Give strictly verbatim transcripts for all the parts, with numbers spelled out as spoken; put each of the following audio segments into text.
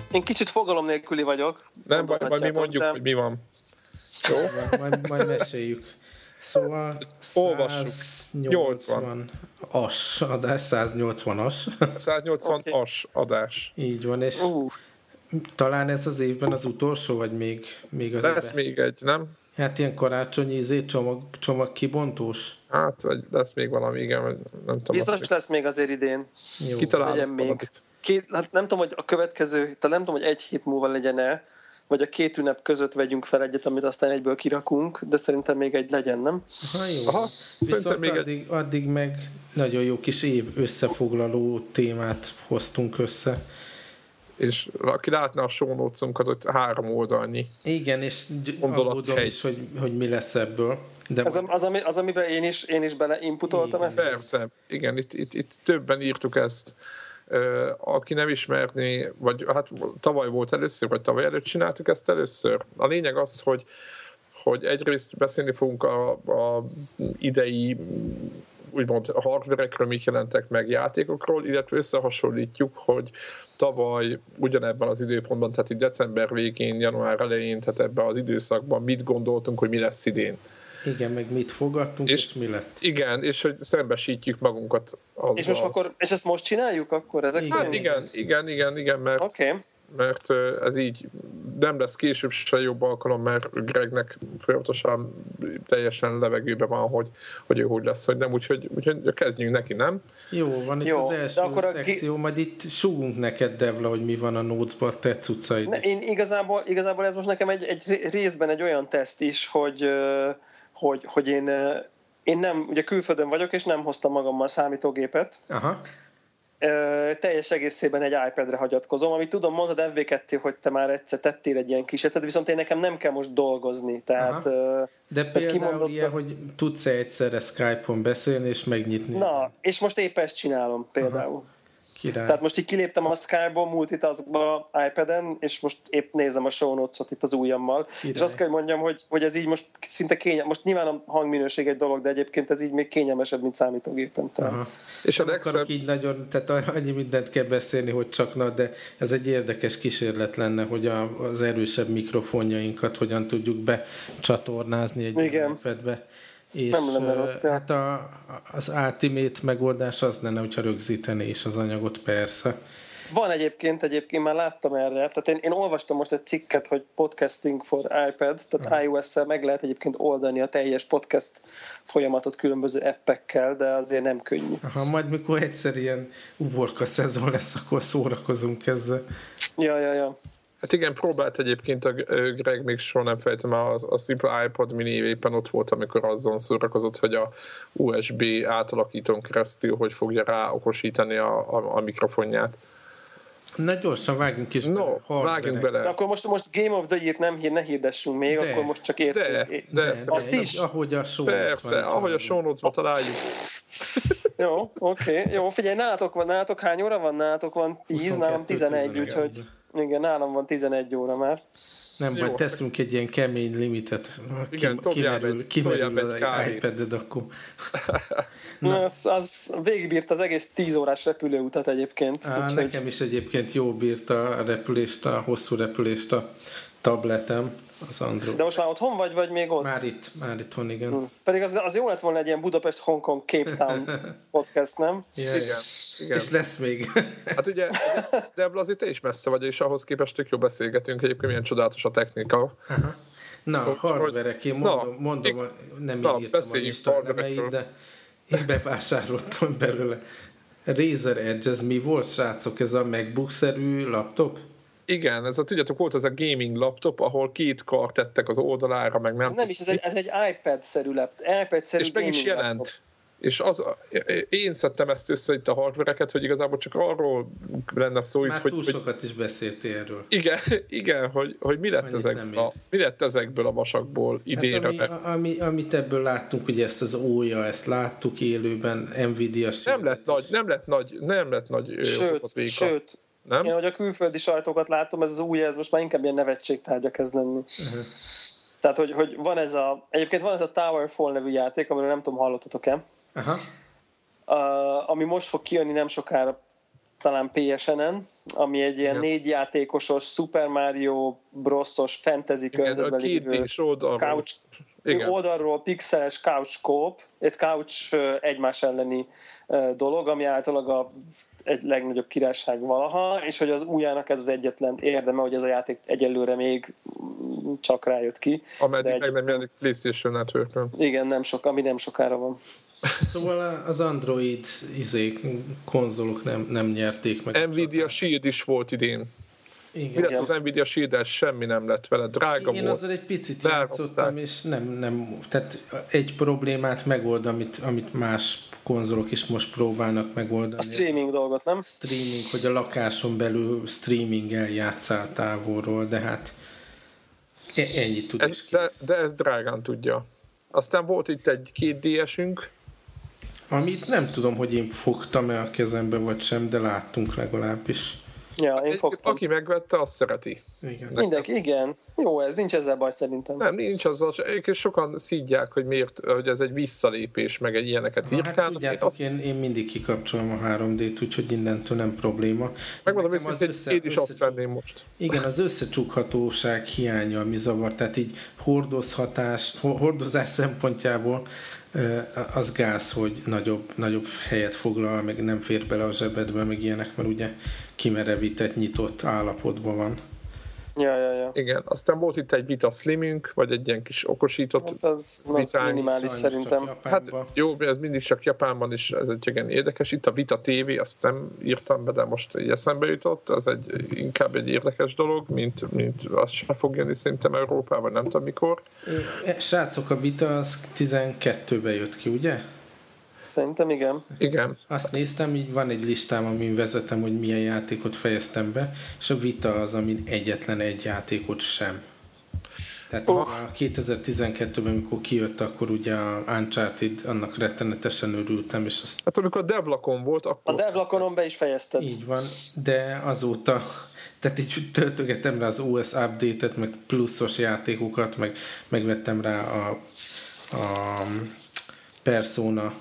Én kicsit fogalom nélküli vagyok. Nem baj, majd mi mondjuk, de... hogy mi van. Jó? Majd, majd meséljük. Szóval száznyolcvan as adás, száznyolcvan as. száznyolcvan okay. as adás. Így van, és uh. talán ez az évben az utolsó, vagy még, még az lesz évben? még egy, nem? Hát ilyen karácsonyi izé, csomag, csomag kibontós. Hát, vagy lesz még valami, igen, nem tudom. Biztos lesz, lesz még azért idén. Kitalálom még. Két, hát nem tudom, hogy a következő, nem tudom, hogy egy hét múlva legyen-e, vagy a két ünnep között vegyünk fel egyet, amit aztán egyből kirakunk, de szerintem még egy legyen, nem? Aha, jó. Aha, viszont még addig, egy... addig meg nagyon jó kis év összefoglaló témát hoztunk össze. És aki látna a show notes-unkat, hogy három oldalnyi. Igen, és aggódom is, hogy, hogy mi lesz ebből. De az, az, ami, az, amiben én is, én is beleinputoltam ezt? Persze, igen, itt, itt, itt többen írtuk ezt. Uh, aki nem ismerné, vagy hát tavaly volt először, vagy tavaly előtt csináltuk ezt először. A lényeg az, hogy, hogy egyrészt beszélni fogunk a, a idei úgymond hardverekről, mik jelentek meg játékokról, illetve összehasonlítjuk, hogy tavaly ugyanebben az időpontban, tehát így december végén, január elején, tehát ebben az időszakban mit gondoltunk, hogy mi lesz idén. Igen, meg mit fogadtunk, és, és mi lett. Igen, és hogy szembesítjük magunkat azzal. És most akkor, és ezt most csináljuk akkor? Ezek igen. Hát igen, igen, igen, igen, mert, okay. mert ez így nem lesz később se jobb alkalom, mert Gregnek folyamatosan teljesen levegőben van, hogy, hogy ő hogy lesz, hogy nem, úgyhogy, úgyhogy kezdjünk neki, nem? Jó, van itt Jó, az első szekció, g- majd itt súgunk neked, Devla, hogy mi van a notesban, te cuccaid. Ne, én igazából, igazából ez most nekem egy, egy részben egy olyan teszt is, hogy hogy, hogy én, én nem, ugye külföldön vagyok, és nem hoztam magammal számítógépet. Aha. Ö, teljes egészében egy iPad-re hagyatkozom, amit tudom, mondtad ef vé kettő, hogy te már egyszer tettél egy ilyen kísérletet, viszont én nekem nem kell most dolgozni. Tehát, ö, de például kimondott, ilyen, hogy tudsz-e egyszerre Skype-on beszélni és megnyitni? Na, és most épp ezt csinálom például. Aha. Király. Tehát most így kiléptem a Skype-ból, multitaskba iPad-en, és most épp nézem a show notes-ot itt az ujjammal. Király. És azt kell, hogy mondjam, hogy, hogy ez így most szinte kényelmes. Most nyilván a hangminőség egy dolog, de egyébként ez így még kényelmesebb, mint számítógépen. És a nem legszebb... akarok így nagyon, tehát annyi mindent kell beszélni, hogy csak na, de ez egy érdekes kísérlet lenne, hogy a, az erősebb mikrofonjainkat hogyan tudjuk becsatornázni egy iPad-be. És nem lenne rossz, ja. Hát a, az ultimate megoldás az lenne, hogyha rögzíteni is az anyagot, persze. Van egyébként, egyébként már láttam erre, tehát én, én olvastam most egy cikket, hogy podcasting for iPad, tehát Aha. iOS-szel meg lehet egyébként oldani a teljes podcast folyamatot különböző appekkel, de azért nem könnyű. Aha, majd mikor egyszer ilyen uborka szezon lesz, akkor szórakozunk ezzel. Ja, ja, ja. Hát igen, próbált egyébként a Greg, még soha nem fejtem, a, a Simple iPod mini éppen ott volt, amikor azzal szórakozott, hogy a u es bé átalakítón keresztül hogy fogja ráokosítani a, a, a mikrofonját. Na gyorsan vágjunk is. No, vágjunk bele. De akkor most, most Game of the Year-t nem hír, ne hirdessünk még, de, akkor most csak értünk. De, de, de, azt de, is. Ahogy a show Persze, ahogy a show notes-ban találjuk. Jó, oké. Okay. Jó, figyelj, nálatok van, nálatok hány óra van? Nálatok van tíz, nálam tizenegy, úgyhogy igen, nálam van tizenegy óra már. Nem, majd teszünk egy ilyen kemény limitet. Igen, kimerül, kimerül az iPad-ed, akkor... Na, az, az végigbírt az egész tíz órás repülőutat egyébként. Á, úgy, nekem hogy... is egyébként jó bírt a repülést, a hosszú repülést a tabletem, az Android. De most már otthon vagy, vagy még ott? Már itt, már itthon, igen. Hmm. Pedig az, az jó lett volna egy ilyen Budapest, Hongkong, Cape Town podcast, nem? Ja, igen. igen. És lesz még. Hát ugye, Debla, azért te is messze vagy, és ahhoz képest tök jó beszélgetünk, egyébként milyen csodálatos a technika. Aha. Na, hardverek, én mondom, na, mondom ik, nem na, én írtam a listát, de én bevásároltam belőle. Razer Edge, ez mi volt, srácok? Ez a MacBook-szerű laptop? Igen, ez a, tudjátok, volt ez a gaming laptop, ahol két kar tettek az oldalára, meg nem... Ez nem is, ez egy, ez egy iPad-szerű laptop. iPad-szerű és meg is jelent. Laptop. És az, én szedtem ezt össze itt a hardvereket, hogy igazából csak arról lenne szó, már hogy... túl hogy, sokat is beszéltél erről. Igen, igen hogy, hogy mi, lett ezekből a, mi lett ezekből a vasakból idénre. Hát ami, ami, amit ebből láttunk, ugye ezt az ója, ezt láttuk élőben, Nvidia... Nem lett nagy, nem lett nagy, nem lett nagy sőt, sőt, nem? Én, hogy a külföldi sajtókat látom, ez az új, ez most már inkább ilyen nevetségtárgya kezd lenni. Uh-huh. Tehát, hogy, hogy van ez a... Egyébként van ez a Towerfall nevű játék, amiről nem tudom, hallottatok-e? Aha. Uh, ami most fog kijönni nem sokára talán pé es en-en, ami egy ilyen négy játékosos Super Mario Bros-os fantasy környezetben lévő couch, oldalról pixeles couch co-op, egy couch egymás elleni dolog, ami általában a egy legnagyobb királyság valaha, és hogy az újjának ez az egyetlen érdeme, hogy ez a játék egyelőre még csak rájött ki. Ameddig meg nem jelenik PlayStation Network-ön. Igen, nem sok, ami nem sokára van. Szóval az Android izé, konzolok nem, nem nyerték meg. Nvidia Shield is volt idén. Igen. Illetve az Nvidia Shield-el semmi nem lett vele, drága Én volt. Én azzal egy picit játszottam, és nem, nem, tehát egy problémát megold, amit, amit más konzolok is most próbálnak megoldani. A streaming dolgot, nem? A streaming, hogy a lakáson belül streaminggel játsszál távolról, de hát ennyit tud ez, is kész. De, de ez drágán tudja. Aztán volt itt egy két dé esünk, amit nem tudom, hogy én fogtam-e a kezembe, vagy sem, de láttunk legalábbis. Ja, én fogtam. Aki megvette, azt szereti. Igen. Mindenki, igen. Jó, ez nincs ezzel baj szerintem. Nem, nincs azzal, és sokan szídják, hogy miért, hogy ez egy visszalépés, meg egy ilyeneket írkál. Hát tudjátok, azt... én, én mindig kikapcsolom a három dét, úgyhogy innentől nem probléma. Megmondom őszintén, össze, én is össze... azt venném most. Igen, az összecsukhatóság hiánya, ami zavar, tehát így hordozhatás, hordozás szempontjából az gáz, hogy nagyobb, nagyobb helyet foglal, meg nem fér bele a zsebedbe, meg ilyenek, mert ugye kimerevített, nyitott állapotban van. Ja, ja, ja. Igen, aztán volt itt egy Vita Slimünk, vagy egy ilyen kis okosított hát az, az minimális szerintem. Hát jó, ez mindig csak Japánban is, ez egy igen érdekes. Itt a Vita té vé, azt nem írtam be, de most így eszembe jutott, ez egy, inkább egy érdekes dolog, mint, mint az se fog jönni szerintem Európában, nem tudom mikor. Srácok, a Vita az tizenkettőben jött ki, ugye? Szerintem igen. Igen. Azt néztem, így van egy listám, amin vezetem, hogy milyen játékot fejeztem be, és a Vita az, amin egyetlen egy játékot sem. Tehát oh. a kétezer-tizenkettőben, amikor kijött, akkor ugye a Uncharted, annak rettenetesen örültem, és azt... Hát amikor a Devlacon volt, akkor... A Devlaconon be is fejezted. Így van, de azóta, tehát így töltögetem rá az o es update-et, meg pluszos játékokat, meg megvettem rá a, a Persona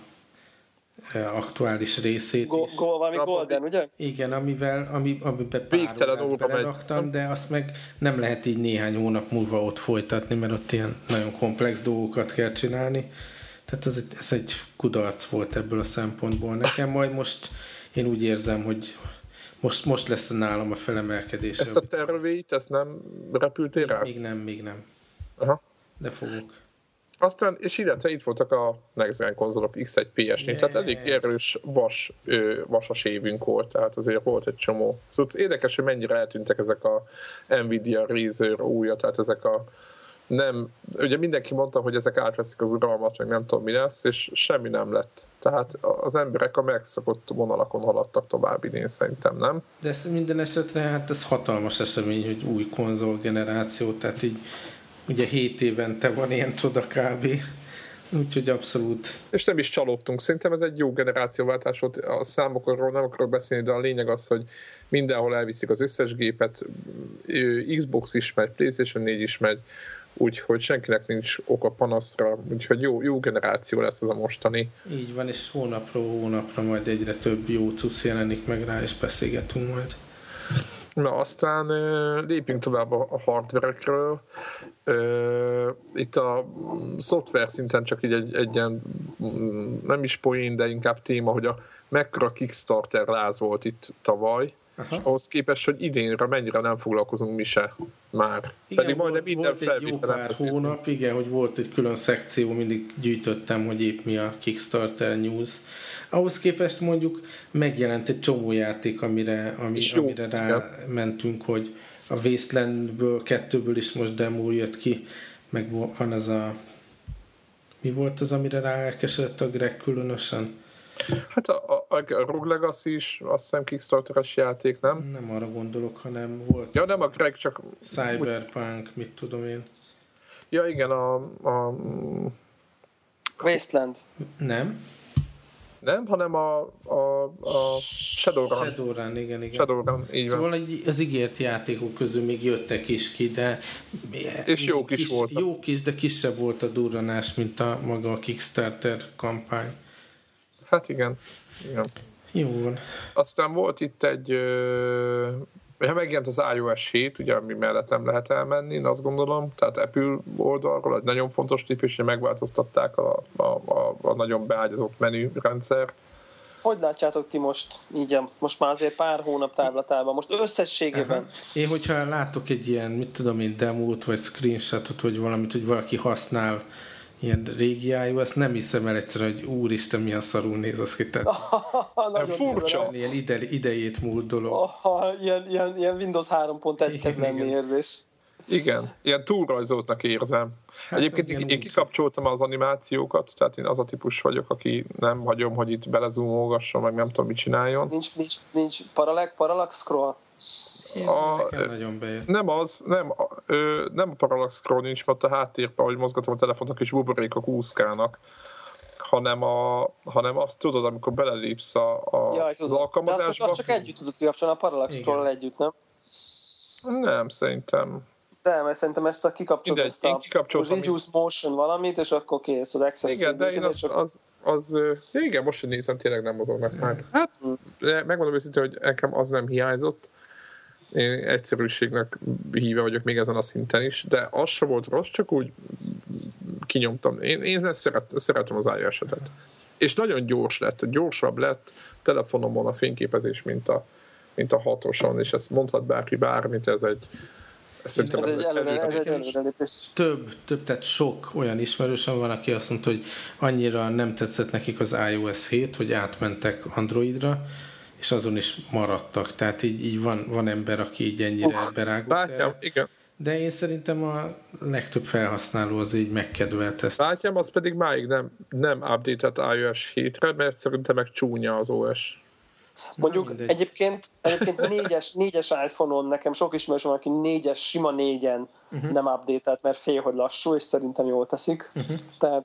aktuális részét Go, is. Go, valami Golden, ugye? Igen, amivel, ami, amiben pár órát beleraktam, de azt meg nem lehet így néhány hónap múlva ott folytatni, mert ott ilyen nagyon komplex dolgokat kell csinálni. Tehát ez egy, ez egy kudarc volt ebből a szempontból. Nekem majd most én úgy érzem, hogy most, most lesz nálam a felemelkedés. Ezt a tervét, ezt nem repültél rá? Még nem, még nem. Aha. De fogok. Aztán, és illetve itt voltak a Next Gen konzolok iksz egy pé es négy, yeah. Tehát elég erős vas, ö, vasas évünk volt, tehát azért volt egy csomó. Szóval érdekes, hogy mennyire eltűntek ezek a Nvidia Razer újja, tehát ezek a nem, ugye mindenki mondta, hogy ezek átveszik az uralmat, meg nem tudom mi lesz, és semmi nem lett. Tehát az emberek a megszokott vonalakon haladtak tovább idén, szerintem, nem? De ez minden esetre, hát ez hatalmas esemény, hogy új konzolgeneráció, tehát így ugye hét évente van ilyen csoda kb. Úgyhogy abszolút. És nem is csalódtunk. Szerintem ez egy jó generációváltás volt. A számokról nem akarok beszélni, de a lényeg az, hogy mindenhol elviszik az összes gépet. Xbox is megy, PlayStation négy is megy, úgyhogy senkinek nincs oka panaszra. Úgyhogy jó, jó generáció lesz ez a mostani. Így van, és hónapról hónapra majd egyre több jó cucc jelenik meg rá, és beszélgetünk majd. Na, aztán lépjünk tovább a hardware-ekről. Itt a szoftver szinten csak így egy, egy ilyen, nem is poén, de inkább téma, hogy a mekkora Kickstarter láz volt itt tavaly, aha. És ahhoz képest, hogy idénre mennyire nem foglalkozunk mi se már. Igen, pedig majdnem minden volt egy jó pár hónap, igen, hogy volt egy külön szekció, mindig gyűjtöttem, hogy épp mi a Kickstarter news. Ahhoz képest mondjuk megjelent egy csomó játék, amire, ami, amire rámentünk, hogy a Wastelandből, kettőből is most demo jött ki, meg van az a... Mi volt az, amire ráelkesedett a Greg különösen? Hát a, a, a Rogue Legacy is azt hiszem Kickstarteres játék, nem? Nem arra gondolok, hanem volt... Ja, nem a Greg, csak... Cyberpunk, mit tudom én. Ja, igen, a... a... Wasteland. Nem. Nem, hanem a, a, a Shadowrun. Shadowrun, igen, igen. Shadowrun, így szóval van. az ígért játékok közül még jöttek is ki, de... És jók is kis, voltak. Jók is, de kisebb volt a durranás, mint a maga a Kickstarter kampány. Hát igen. igen. Jó van. Aztán volt itt egy, ha megjelent az iOS hét, ugye, ami mellett nem lehet elmenni, én azt gondolom, tehát Apple oldalról egy nagyon fontos lépés, hogy megváltoztatták a, a, a, a nagyon beágyazott menürendszert. Hogy látjátok ti most, így most már azért pár hónap távlatában, most összességében? Aha. Én, hogyha látok egy ilyen, mit tudom én, demót, vagy screenshotot, vagy valamit, hogy valaki használ ilyen régi iOS, nem hiszem el egyszer, hogy úristen, milyen szarul néz az ki. Nagyon furcsa. Ilyen ide, idejét múlt dolog. Aha, ilyen, ilyen, ilyen Windows három pont egy kezd lenni érzés. Igen, ilyen túlrajzoltnak érzem. Hát, Egyébként én, én kikapcsoltam az animációkat, tehát én az a típus vagyok, aki nem hagyom, hogy itt belezumolgasson, meg nem tudom, mit csináljon. Nincs, nincs, nincs parallax, parallax scroll? A, nagyon bejött. Nem az, nem, ö, nem a parallax scroll nincs, mert a háttérben, ahogy mozgatom a telefont, a kis buborékok úszkálnak, hanem, a, hanem azt tudod, amikor belelépsz a, a, Jaj, az alkalmazásba. De azt, azt csak együtt tudod kikapcsolni, a parallax scroll együtt, nem? Nem, szerintem. De, mert szerintem ezt a kikapcsolod, ezt a reduce motion valamit, és akkor kész, az access. Igen, de én az, az, az, az, igen, most, hogy nézem, tényleg nem mozognak már. Hát, megmondom őszintén, hogy nekem az nem hiányzott. Én egyszerűségnek híve vagyok még ezen a szinten is, de az se volt rossz, csak úgy kinyomtam. Én, én szeret, szeretem az iOS-et. És nagyon gyors lett, gyorsabb lett telefonomon a fényképezés, mint a, mint a hatoson, és ezt mondhat bárki bármit, ez egy ez, ez egy, egy előre, ez egy előrelépés. Több, több, tehát sok olyan ismerősöm van, aki azt mondta, hogy annyira nem tetszett nekik az iOS hét, hogy átmentek Androidra, és azon is maradtak. Tehát így, így van, van ember, aki így ennyire uh, berágott. Bátyám, igen. De én szerintem a legtöbb felhasználó az így megkedvelt ezt. Bátyám, az pedig máig nem, nem update-et iOS hétre, mert szerintem meg csúnya az o es. Mondjuk Na, egyébként, egyébként négyes, négyes iPhone-on nekem sok ismerősöm, aki négyes, sima négyen uh-huh. nem update-et, mert fél, hogy lassú, és szerintem jól teszik. Uh-huh. Tehát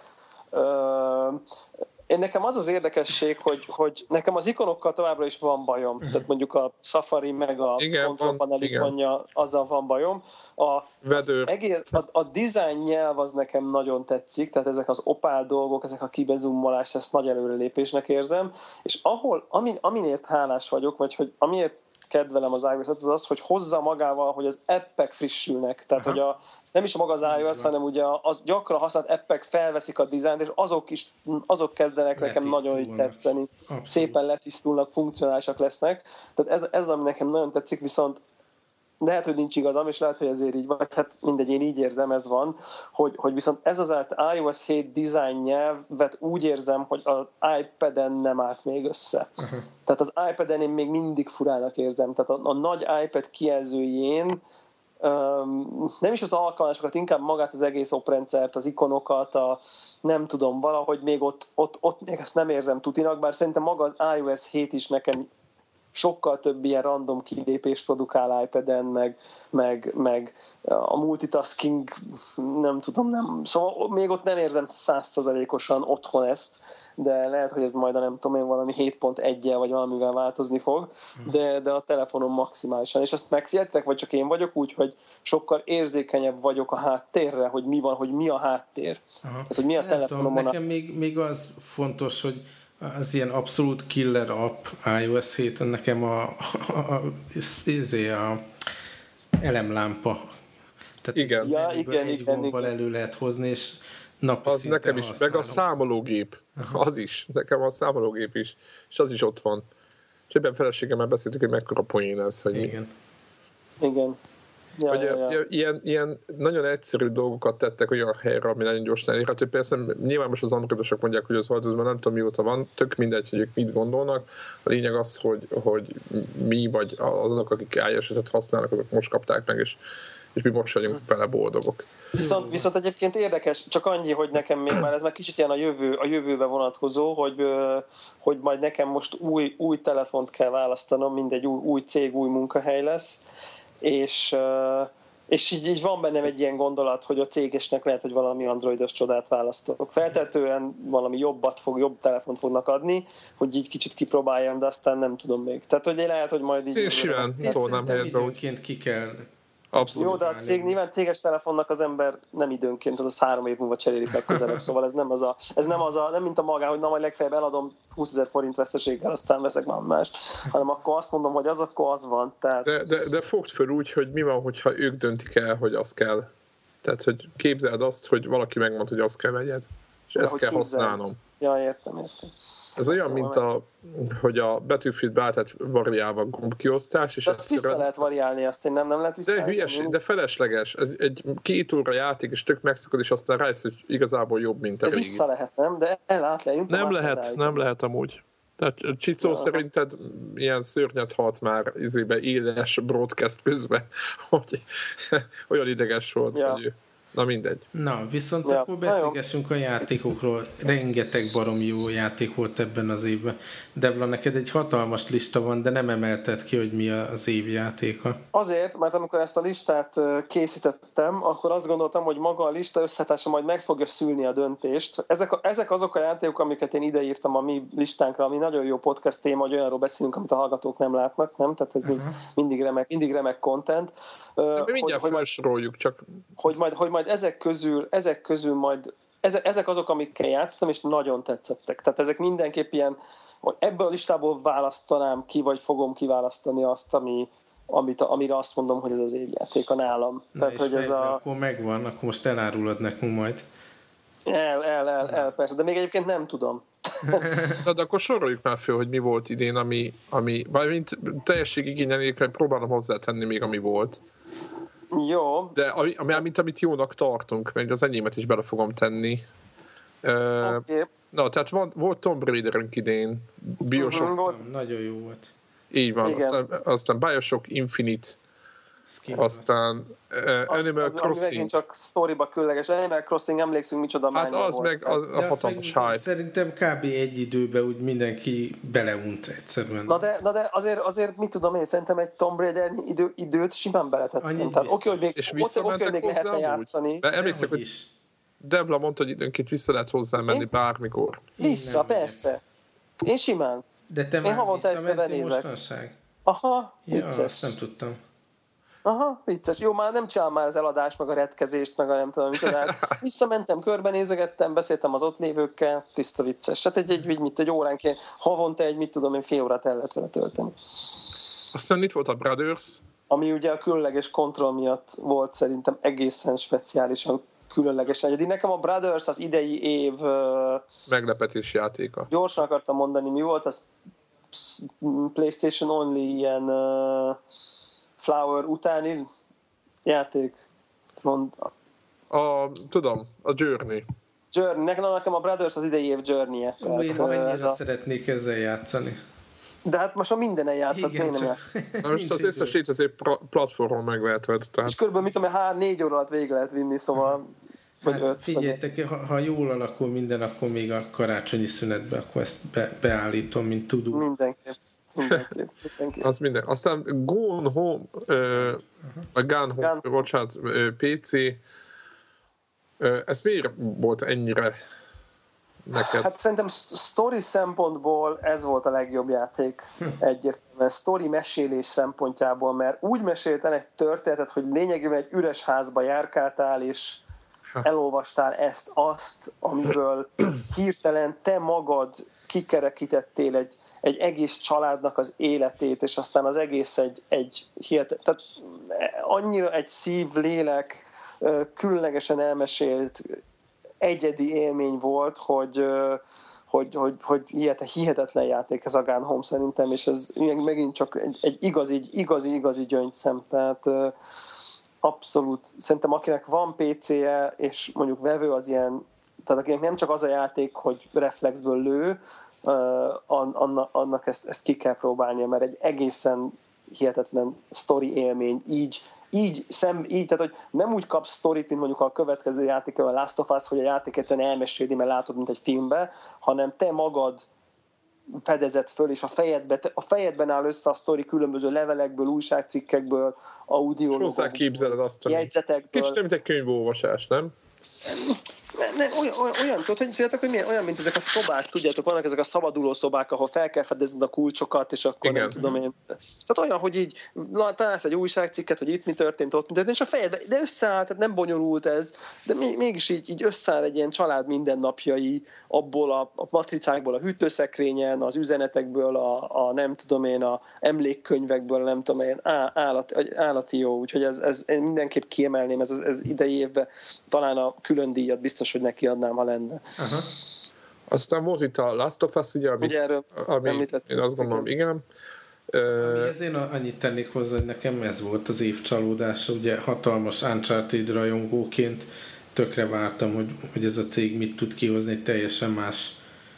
uh, én nekem az az érdekesség, hogy, hogy nekem az ikonokkal továbbra is van bajom. Uh-huh. Tehát mondjuk a Safari meg a kontrollpanel ikonja, azzal van bajom. A, egész, a, a design nyelv az nekem nagyon tetszik, tehát ezek az opál dolgok, ezek a kibezumolás, ezt nagy előrelépésnek érzem, és ahol, amin, aminért hálás vagyok, vagy hogy amiért kedvelem az iOS-et, az az, hogy hozza magával, hogy az appek frissülnek. Tehát, Aha. hogy a, nem is maga az iOS, hanem ugye az gyakran használt appek felveszik a dizájnt, és azok is, azok kezdenek nekem nagyon így tetszeni. Szépen letisztulnak, funkcionálisak lesznek. Tehát ez, ez ami nekem nagyon tetszik, viszont lehet, hogy nincs igazam, és lehet, hogy ezért így van, hát mindegy, én így érzem, ez van, hogy, hogy viszont ez az iOS hét design nyelvet úgy érzem, hogy az iPad-en nem állt még össze. Uh-huh. Tehát az iPad-en én még mindig furának érzem. Tehát a, a nagy iPad kijelzőjén um, nem is az alkalmazásokat, inkább magát az egész oprendszert, az ikonokat, a, nem tudom, valahogy még ott, ott, ott még ezt nem érzem tutinak, bár szerintem maga az iOS hét is nekem sokkal több ilyen random kilépést produkál iPad-en, meg, meg, meg a multitasking, nem tudom, nem, szóval még ott nem érzem száz százalékosan otthon ezt, de lehet, hogy ez majd a nem tudom én valami hét pont egyel vagy valamivel változni fog, de, de a telefonon maximálisan. És ezt megfigyeltek, vagy csak én vagyok úgy, hogy sokkal érzékenyebb vagyok a háttérre, hogy mi van, hogy mi a háttér. Aha. Tehát, hogy mi a telefonomon. Nekem a... még, még az fontos, hogy az ilyen abszolút killer app iOS héten nekem a, a, a, a, a elemlámpa. Tehát igen. Ja, igen, egy igen, gombal igen. elő lehet hozni, és napi az nekem is, használom. Meg a számológép. Aha. Az is. Nekem a számológép is. És az is ott van. És ebben feleségemmel beszéltük, hogy mekkora poén ez. Hogy igen. Igen. Ja, hogy ja, ja. Ilyen, ilyen nagyon egyszerű dolgokat tettek olyan helyre, ami nagyon gyorsan elérhető. Persze nyilván most az androidosok mondják, hogy az változóban nem tudom mióta van, tök mindegy, hogy ők mit gondolnak. A lényeg az, hogy, hogy mi vagy azok, akik iOS-et használnak, azok most kapták meg, és, és mi most vagyunk vele boldogok. Viszont, viszont egyébként érdekes, csak annyi, hogy nekem még már ez már kicsit ilyen a, jövő, a jövőbe vonatkozó, hogy, hogy majd nekem most új, új telefont kell választanom, mindegy új, új cég, új munkahely lesz, és, és így, így van bennem egy ilyen gondolat, hogy a cégesnek lehet, hogy valami androidos csodát választok. Feltehetően valami jobbat fog, jobb telefont fognak adni, hogy így kicsit kipróbáljam, de aztán nem tudom még. Tehát, hogy lehet, hogy majd így... És simán, tolnám helyetbe. Időnként ki kell Abszolút. Jó, de a cég, nyilván céges telefonnak az ember nem időnként, az az három év múlva cserélik legközelebb, szóval ez nem az a, ez nem az a, nem mint a magán, hogy na majd legfeljebb eladom húszezer forint veszteséggel, aztán veszek már mást, hanem akkor azt mondom, hogy az, akkor az van. Tehát... De, de, de fogd föl úgy, hogy mi van, hogyha ők döntik el, hogy az kell. Tehát, hogy képzeld azt, hogy valaki megmondta, hogy azt kell vegyed, és de ezt kell használnom. Ja, értem, értem. Ez olyan, mint a, hogy a Battlefieldbe átett variálva gombkiosztás, és azt vissza lehet variálni, azt én nem, nem lehet vissza. De hülyeség, de felesleges. Egy két óra játék, és tök megszakad, és aztán rájössz, hogy igazából jobb, mint a de régi. Vissza lehet, nem? De el át lehet. Nem lehet, nem lehet amúgy. Tehát Csicó ja. szerinted ilyen szörnyet halt már izébe éles broadcast közben, hogy olyan ideges volt, ja. hogy ő. Na mindegy. Na, viszont ja. akkor beszélgessünk a játékokról. Rengeteg baromi jó játék volt ebben az évben. Devla, neked egy hatalmas lista van, de nem emelted ki, hogy mi az év játéka. Azért, mert amikor ezt a listát készítettem, akkor azt gondoltam, hogy maga a lista összetása majd meg fogja szülni a döntést. Ezek, a, ezek azok a játékok, amiket én ideírtam a mi listánkra, ami nagyon jó podcast téma, hogy olyanról beszélünk, amit a hallgatók nem látnak, nem? Tehát ez uh-huh. mindig remek, mindig remek content. De mi mindjárt hogy, felsoroljuk, csak... Hogy majd, hogy majd ezek közül, ezek közül majd, ezek, ezek azok, amikkel játszottam, és nagyon tetszettek. Tehát ezek mindenképp ilyen, hogy ebből a listából választanám ki, vagy fogom kiválasztani azt, ami, amit, amire azt mondom, hogy ez az évjáték a nálam. Na Tehát, és hogy ez a... akkor megvan, akkor most elárulod nekünk majd. El, el, el, el, persze, de még egyébként nem tudom. Na, de akkor soroljuk már föl, hogy mi volt idén, ami, ami mint teljességigényen nélkül próbálom hozzátenni még, ami volt. Jó. De ami, ami, mint amit jónak tartunk, mert az enyémet is bele fogom tenni. Uh, okay. Na, tehát van, volt Tomb Raiderünk idén, Bioshock. Uh-huh, volt. Nagyon jó volt. Így van, aztán, aztán Bioshock Infinite, Skin aztán uh, Animal az, Crossing. Megint csak sztoriba különleges. Animal Crossing, emlékszünk, micsoda hát az volt. Meg az, a hatalmas hype. Szerintem kb. Egy időben úgy mindenki beleunt egyszerűen. Na de, na de azért, azért mit tudom én, szerintem egy Tomb Raider idő, időt simán beletettem. Tehát oké, hogy még, és oké, hogy még lehetne játszani. De emlékszek, hogy is. Devla mondta, hogy időnként vissza lehet hozzá menni én? Bármikor. Vissza, persze. Én simán. De te én már visszamentél mostanság? Aha, ja, vicces. Azt nem tudtam. Aha, vicces. Jó, már nem csinálom már az eladást, meg a retkezést, meg a nem tudom, mit tudom. Visszamentem, körbenézegettem, beszéltem az ott lévőkkel, tiszta vicces. Hát egy, egy, egy, mit, egy óránként, havonta egy, mit tudom én, fél órát el lehet vele tölteni. Aztán itt volt a Brothers. Ami ugye a különleges kontroll miatt volt szerintem egészen speciálisan különleges. Egyedi. Nekem a Brothers az idei év... meglepetés játéka. Gyorsan akartam mondani, mi volt, az PlayStation Only ilyen uh, Flower utáni játék. Mond. A, tudom, a Journey. Journey. Nekem a Brothers az idei év Journey-je. Ó, én annyira ez a... szeretnék ezzel játszani. De hát most a mindenen játszhatsz, miért nem jár? Most az összes létező platformon megvehetőd. Tehát... És körülbelül mit tudom, há, négy óra alatt végig lehet vinni, szóval... Hát öt, figyeljetek, ha, ha jól alakul minden, akkor még a karácsonyi szünetbe, akkor ezt be, beállítom, mint tudó. Mindenképp. Mindenképp. Mindenképp. Az minden. Aztán Gone Home, uh, a Gone Home, Gun. bocsánat, uh, pé cé, uh, ez miért volt ennyire neked? Hát szerintem sztori szempontból ez volt a legjobb játék egyértelműen. Sztori mesélés szempontjából, mert úgy mesélten egy történetet, hogy lényegében egy üres házba járkáltál, és elolvastál ezt, azt, amiből hirtelen te magad kikerekítettél egy, egy egész családnak az életét, és aztán az egész egy, egy hihetet, tehát annyira egy szív, lélek, különlegesen elmesélt egyedi élmény volt, hogy, hogy, hogy, hogy hihetetlen játék ez a Gone Home szerintem, és ez megint csak egy, egy igazi, igazi, igazi gyöngyszem, tehát abszolút, szerintem akinek van pé cé-je, és mondjuk vevő az ilyen, tehát akinek nem csak az a játék, hogy reflexből lő, annak, annak ezt, ezt ki kell próbálnia, mert egy egészen hihetetlen sztori élmény, így, így, szem, így, tehát hogy nem úgy kapsz sztorit, mint mondjuk a következő játék, a Last of Us, hogy a játék egyszerűen elmeséli, mert látod, mint egy filmbe, hanem te magad fedezett föl, és a, fejedbe, a fejedben áll össze a sztori különböző levelekből, újságcikkekből, audiólogokból, képzeled azt, jegyzetekből. Kicsit mint egy könyvolvasás, nem? Ne, ne, olyan, olyan, olyan, tudod, hogy tudjátok, hogy milyen, olyan, mint ezek a szobák, tudjátok, vannak ezek a szabaduló szobák, ahol fel kell fedezned a kulcsokat, és akkor igen. Nem tudom én. Tehát olyan, hogy így találsz egy újságcikket, hogy itt mi történt, ott mi történt, és a fejedbe, de összeáll, tehát nem bonyolult ez, de mégis így, így összeáll egy ilyen család mindennapjai, abból a, a matricákból, a hűtőszekrényen, az üzenetekből, a, a nem tudom én, a emlékkönyvekből, nem tudom én, á, állat, állati jó, úgyhogy ez, ez, én mindenképp kiemelném, ez, ez idei évben talán a külön díjat biztos, hogy neki adnám, ha lenne. Aha. Aztán volt itt a Last of Us, ugye, amit, ugye erről ami, én azt gondolom, igen. Amihez én annyit tennék hozzá, hogy nekem ez volt az év csalódása, ugye hatalmas Uncharted rajongóként tökre vártam, hogy, hogy ez a cég mit tud kihozni egy teljesen más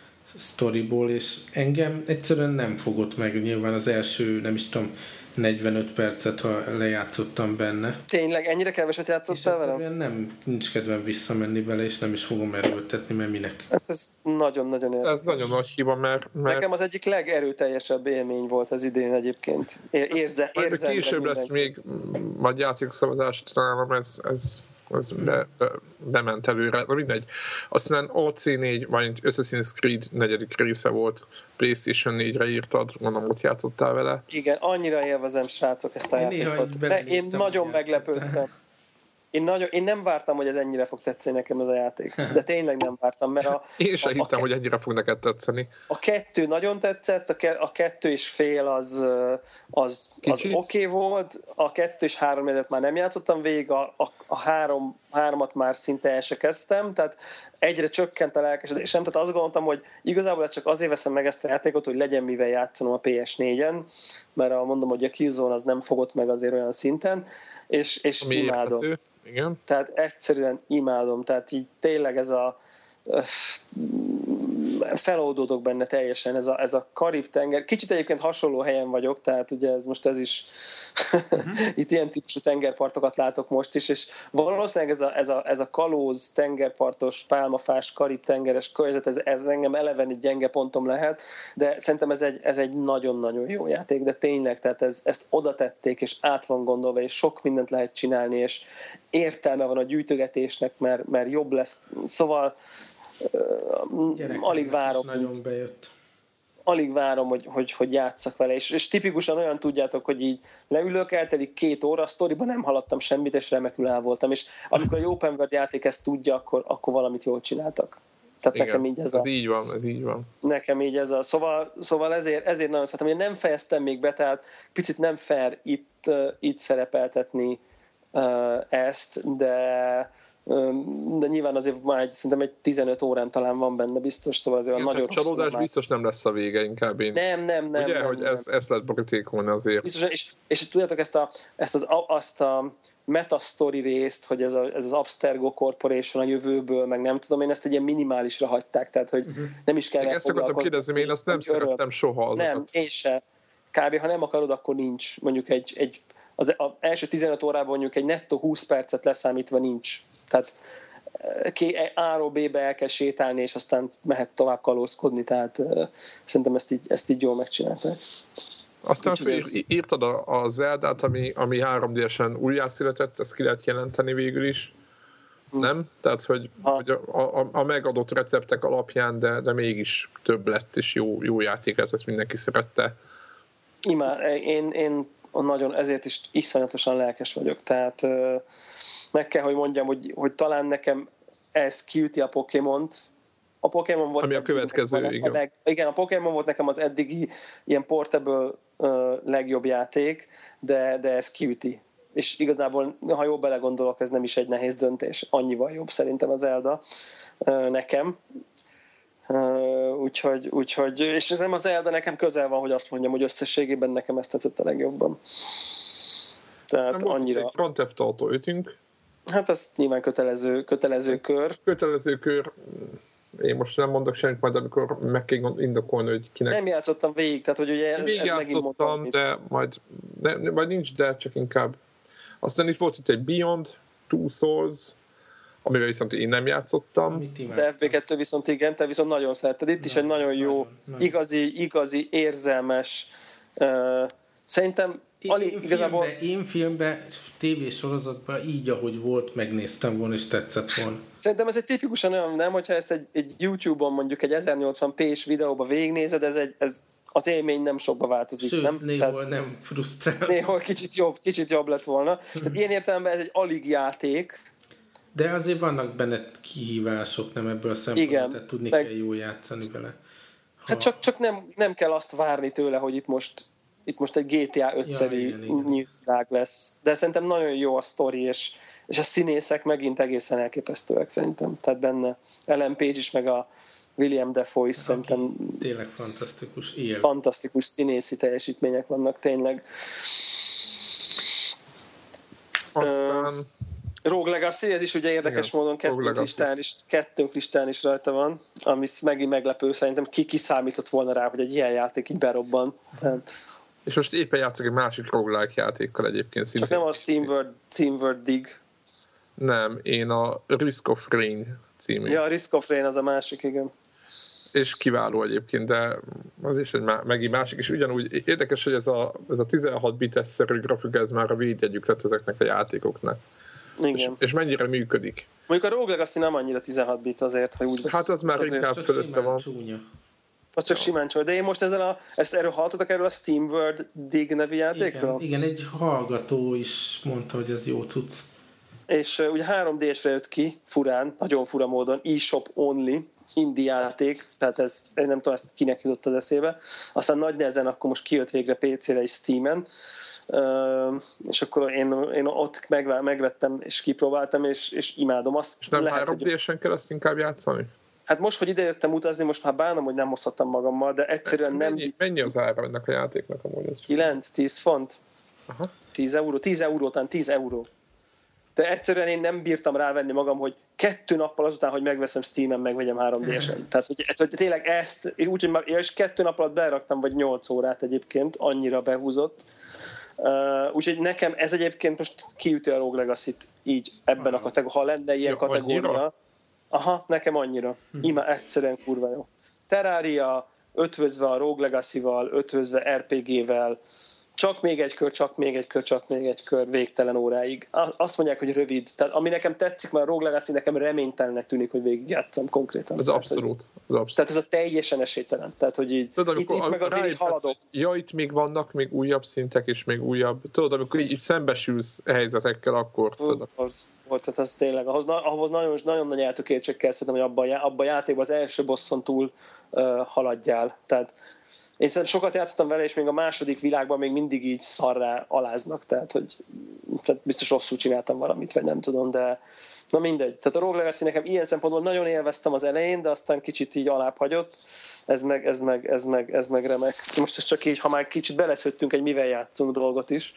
sztoriból, és engem egyszerűen nem fogott meg, nyilván az első, nem is tudom, negyvenöt percet, ha lejátszottam benne. Tényleg, ennyire keveset játszottál vele? És nem, nincs kedvem visszamenni bele, és nem is fogom erőltetni, mert minek. Hát ez nagyon-nagyon érdekes. Ez nagyon nagy hiba, mert, mert... Nekem az egyik legerőteljesebb élmény volt az idén egyébként. Érze, érzem. Később lesz még majd játékszavazás, talán ez, ez, ez be, be, bement előre, de mindegy. Aztán o cé négy, vagy Assassin's Creed negyedik része volt, PlayStation négyre írtad, mondom, ott játszottál vele. Igen, annyira élvezem, srácok, ezt a én játékot. Én nagyon meglepődtem. Én, nagyon, én nem vártam, hogy ez ennyire fog tetszeni nekem ez a játék. De tényleg nem vártam, mert a... Én sem a, hittem, a, hogy ennyire fog neked tetszeni. A kettő nagyon tetszett, a, ke, a kettő és fél az, az, az oké okay volt, a kettő és három évet már nem játszottam végig, a, a, a három, háromat már szinte el se kezdtem, tehát egyre csökkent a lelkesedésem, tehát azt gondoltam, hogy igazából csak azért veszem meg ezt a játékot, hogy legyen mivel játszanom a pé es négyen, mert mondom, hogy a Killzone az nem fogott meg azért olyan szinten, és, és imádom. Érthető. Igen. Tehát egyszerűen imádom, tehát így tényleg ez a feloldódok benne teljesen, ez a, ez a Karib-tenger. Kicsit egyébként hasonló helyen vagyok, tehát ugye ez most ez is uh-huh. itt ilyen típusú tengerpartokat látok most is, és valószínűleg ez a, ez a, ez a kalóz, tengerpartos, pálmafás, Karib-tengeres környezet, ez, ez engem eleven egy gyenge pontom lehet, de szerintem ez egy, ez egy nagyon-nagyon jó játék, de tényleg, tehát ez, ezt oda tették, és át van gondolva, és sok mindent lehet csinálni, és értelme van a gyűjtögetésnek, mert, mert jobb lesz. Szóval uh, alig várom. Nagyon bejött. Alig várom, hogy, hogy, hogy játsszak vele, és, és tipikusan olyan tudjátok, hogy így leülök, eltelik két óra, a sztoriban nem haladtam semmit, és remekül el voltam, és amikor a Open World játék ezt tudja, akkor, akkor valamit jól csináltak. Tehát igen, nekem így ez, ez a... így van, ez így van. Nekem így ez a... Szóval, szóval ezért, ezért nagyon szeretem, hogy nem fejeztem még be, tehát picit nem fair itt, uh, itt szerepeltetni uh, ezt, de de nyilván azért már egy, szerintem egy tizenöt órán talán van benne biztos, szóval azért igen, nagyon rossz. Csalódás biztos nem lesz a vége, inkább én. Nem, nem, nem. Ugye, nem, hogy nem. ez, ezt lehet borítékolni azért. Biztos, és, és tudjátok ezt, a, ezt az, azt a meta-story részt, hogy ez, a, ez az Abstergo Corporation a jövőből, meg nem tudom, én ezt egy ilyen minimálisra hagyták, tehát hogy uh-huh. nem is kell ezt akartam kérdezni, én azt nem szerettem soha azokat. Nem, én se. Kb. Ha nem akarod, akkor nincs. Mondjuk egy, egy az első tizenöt órában mondjuk egy nettó húsz percet leszámítva nincs. Tehát A-ról B-be el kell sétálni, és aztán mehet tovább kalózkodni, tehát uh, szerintem ezt így, ezt így jól megcsinálták. Aztán ez... írtad a, a Zeldát, ami, ami három dé-esen újjászületett, ezt ki lehet jelenteni végül is, hmm. nem? Tehát, hogy, hogy a, a, a megadott receptek alapján, de, de mégis több lett, és jó, jó játék lett, ezt mindenki szerette. Imád, én, én nagyon ezért is iszonyatosan lelkes vagyok, tehát uh, meg kell, hogy mondjam, hogy, hogy talán nekem ez kiüti a Pokémont. A Pokémon volt... Ami a következő, a igen. Leg, igen, a Pokémon volt nekem az eddigi ilyen portable uh, legjobb játék, de, de ez kiüti. És igazából, ha jól belegondolok, ez nem is egy nehéz döntés. Annyival jobb szerintem az Zelda uh, nekem. Uh, úgyhogy, úgyhogy, és nem az Zelda nekem közel van, hogy azt mondjam, hogy összességében nekem ezt tetszett a legjobban. Tehát aztán annyira... volt Grand Theft Auto ötünk. Hát ez nyilván kötelező, kötelező kör. Kötelező kör. Én most nem mondok semmit, majd amikor meg kell indokolni, hogy kinek... Nem játszottam végig, tehát hogy ugye... Végig játszottam, de majd, de, majd nincs, de csak inkább. Aztán itt volt itt egy Beyond Two Souls, amivel viszont én nem játszottam. De ef bé kettő viszont igen, te viszont nagyon szeretted. Itt is egy nagyon jó, nagyon, igazi, igazi, érzelmes, uh, szerintem Ali, én, igazából... filmbe, én filmben, tévésorozatban így, ahogy volt, megnéztem volna, és tetszett volna. Szerintem ez egy tipikusan olyan, nem, hogyha ezt egy, egy YouTube-on mondjuk egy ezernyolcvan pé-s videóba végignézed, ez, egy, ez az élmény nem sokba változik. Sőt, nem? néhol Tehát, nem frusztrál. Néhol kicsit jobb, kicsit jobb lett volna. Tehát ilyen értelemben ez egy alig játék. De azért vannak benne kihívások, nem ebből a szempontból, tehát tudni meg... kell jól játszani vele. Ha... Hát csak, csak nem, nem kell azt várni tőle, hogy itt most itt most egy gé té á öt-szerű ja, nyílt világ lesz. De szerintem nagyon jó a sztori, és, és a színészek megint egészen elképesztőek szerintem. Tehát benne Ellen Page is, meg a William Dafoe is szerintem tényleg fantasztikus. Ilyen. Fantasztikus színészi teljesítmények vannak tényleg. Aztán... Uh, Rogue Legacy, ez is ugye érdekes igen, módon kettőnk listán, is, kettőnk listán is rajta van, ami megint meglepő, szerintem ki kiszámított volna rá, hogy egy ilyen játék így berobban. Tehát... És most éppen játszok egy másik roguelike játékkal egyébként. Csak nem a SteamWorld, SteamWorld Dig. Nem, én a Risk of Rain című. Ja, a Risk of Rain az a másik, igen. És kiváló egyébként, de az is egy má- megint másik, és ugyanúgy érdekes, hogy ez a, ez a tizenhat bites-szerű grafika, ez már a védjegyük lett ezeknek a játékoknak. Igen. És, és mennyire működik. Mondjuk a Rogue Legacy nem annyira tizenhat bit azért, ha úgy hát az már inkább fölötte van. Csúnya. Az csak simán csúnya. De én most ezen a, ezt erről hallottatok erről a SteamWorld Dig nevű játékról? Igen, igen, egy hallgató is mondta, hogy ez jó tudsz. És uh, ugye három dé-sre jött ki, furán, nagyon fura módon, eShop only, indie játék, tehát ez, én nem tudom, ezt kinek jutott az eszébe. Aztán nagy nehezen akkor most kijött végre pé cére és Steamen, uh, és akkor én, én ott meg, megvettem és kipróbáltam, és, és imádom azt. És nem három dé-sen kell azt inkább játszani? Hát most, hogy ide jöttem utazni, most már bánom, hogy nem hozhattam magammal, de egyszerűen nem... Mennyi, mennyi az ára ennek a játéknak amúgy? kilenc-tíz font. Aha. tíz euró, tíz euró, után tíz euró. De egyszerűen én nem bírtam rávenni magam, hogy kettő nappal azután, hogy megveszem Steamen, megvegyem három dé-sen. Tehát, hogy, hogy tényleg ezt, úgy, hogy már, és kettő nap alatt beraktam, vagy nyolc órát egyébként, annyira behúzott. Uh, úgyhogy nekem ez egyébként most kiüti a Rogue Legacy-t így ebben a kategóriában. Ha lenne ilyen ja, kategória... Annyira? Aha, nekem annyira. Ima egyszerűen kurva jó. Terraria, ötvözve a Rogue Legacy-val, ötvözve er pé gé-vel, csak még egy kör, csak még egy kör, csak még egy kör, végtelen óráig. Azt mondják, hogy rövid. Tehát ami nekem tetszik, mert a Rogue Legacy nekem reménytelennek tűnik, hogy végigjátszom konkrétan. Ez abszolút. Ez abszolút. Tehát ez a teljesen esélytelen. Tehát, hogy így, tudod, itt, itt meg azért így haladok. Ja, itt még vannak még újabb szintek, és még újabb. Tudod, amikor így, így szembesülsz helyzetekkel, akkor tudod. Az, tehát az tényleg, ahhoz, ahhoz nagyon, nagyon nagy eltökéltség kell szerintem, hogy abban abba a játékban az első bosszon túl uh, haladjál. Tehát én szerintem sokat játszottam vele, és még a második világban még mindig így szarrá aláznak, tehát, hogy tehát biztos rosszul csináltam valamit, vagy nem tudom, de na mindegy. Tehát a Rogue Legacy nekem ilyen szempontból nagyon élveztem az elején, de aztán kicsit így alább hagyott, ez meg, ez meg, ez meg, ez meg remek. Most ez csak így, ha már kicsit beleszöttünk egy mivel játszunk dolgot is.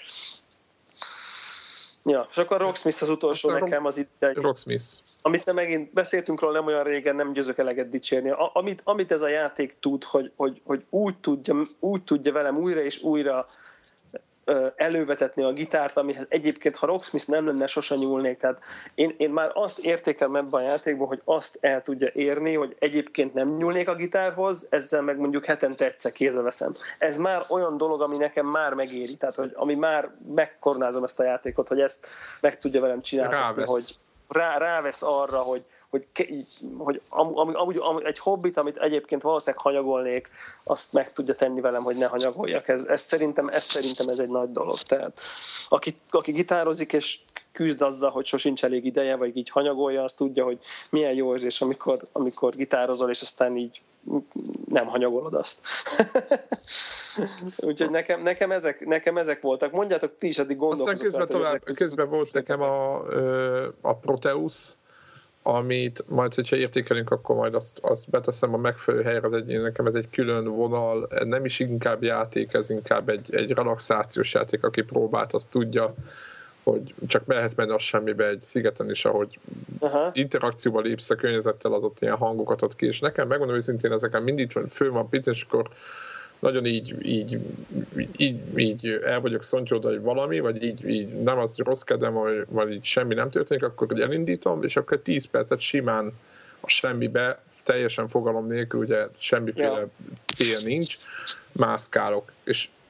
Ja, és akkor a Rocksmith az utolsó aztán nekem az itt egy... Rocksmith. Amit nem megint beszéltünk róla nem olyan régen, nem győzök eleget dicsérni. A, amit, amit ez a játék tud, hogy, hogy, hogy úgy, tudja, úgy tudja velem újra és újra ö, elővetetni a gitárt, amihez egyébként, ha Rocksmith nem lenne, sosem nyúlnék. Tehát én, én már azt értékelem ebben a játékban, hogy azt el tudja érni, hogy egyébként nem nyúlnék a gitárhoz, ezzel meg mondjuk hetente egyszer kézbe veszem. Ez már olyan dolog, ami nekem már megéri, tehát hogy, ami már megkornázom ezt a játékot, hogy ezt meg tudja velem csinálni, hogy rá, rávesz arra, hogy hogy, hogy am, am, am, egy hobbit, amit egyébként valószínűleg hanyagolnék, azt meg tudja tenni velem, hogy ne hanyagoljak. Ez, ez, szerintem, ez szerintem ez egy nagy dolog. Tehát aki, aki gitározik és küzd azzal, hogy sosincs elég ideje, vagy így hanyagolja, azt tudja, hogy milyen jó érzés, amikor, amikor gitározol, és aztán így nem hanyagolod azt. Úgyhogy nekem, nekem, ezek, nekem ezek voltak. Mondjátok, ti is addig gondolkozok. Aztán közben, tovább, közben volt nekem a, a Proteus, amit majd, hogyha értékelünk, akkor majd azt, azt beteszem a megfelelő helyre, az egy, nekem ez egy külön vonal, nem is inkább játék, ez inkább egy, egy relaxációs játék, aki próbált, azt tudja, hogy csak mehet menni az semmibe egy szigeten is, ahogy uh-huh. interakcióba lépsz a környezettel, az ott ilyen hangokat ad ki, és nekem megmondom őszintén, ezeken mindig fő van pic, és akkor nagyon így, így, így, így el vagyok szontyolva, hogy valami, vagy így, így nem az, hogy rossz kedvem, vagy, vagy így semmi nem történik, akkor így elindítom, és akkor tíz percet simán a semmibe, teljesen fogalom nélkül, ugye semmiféle ja. cél nincs, mászkálok. És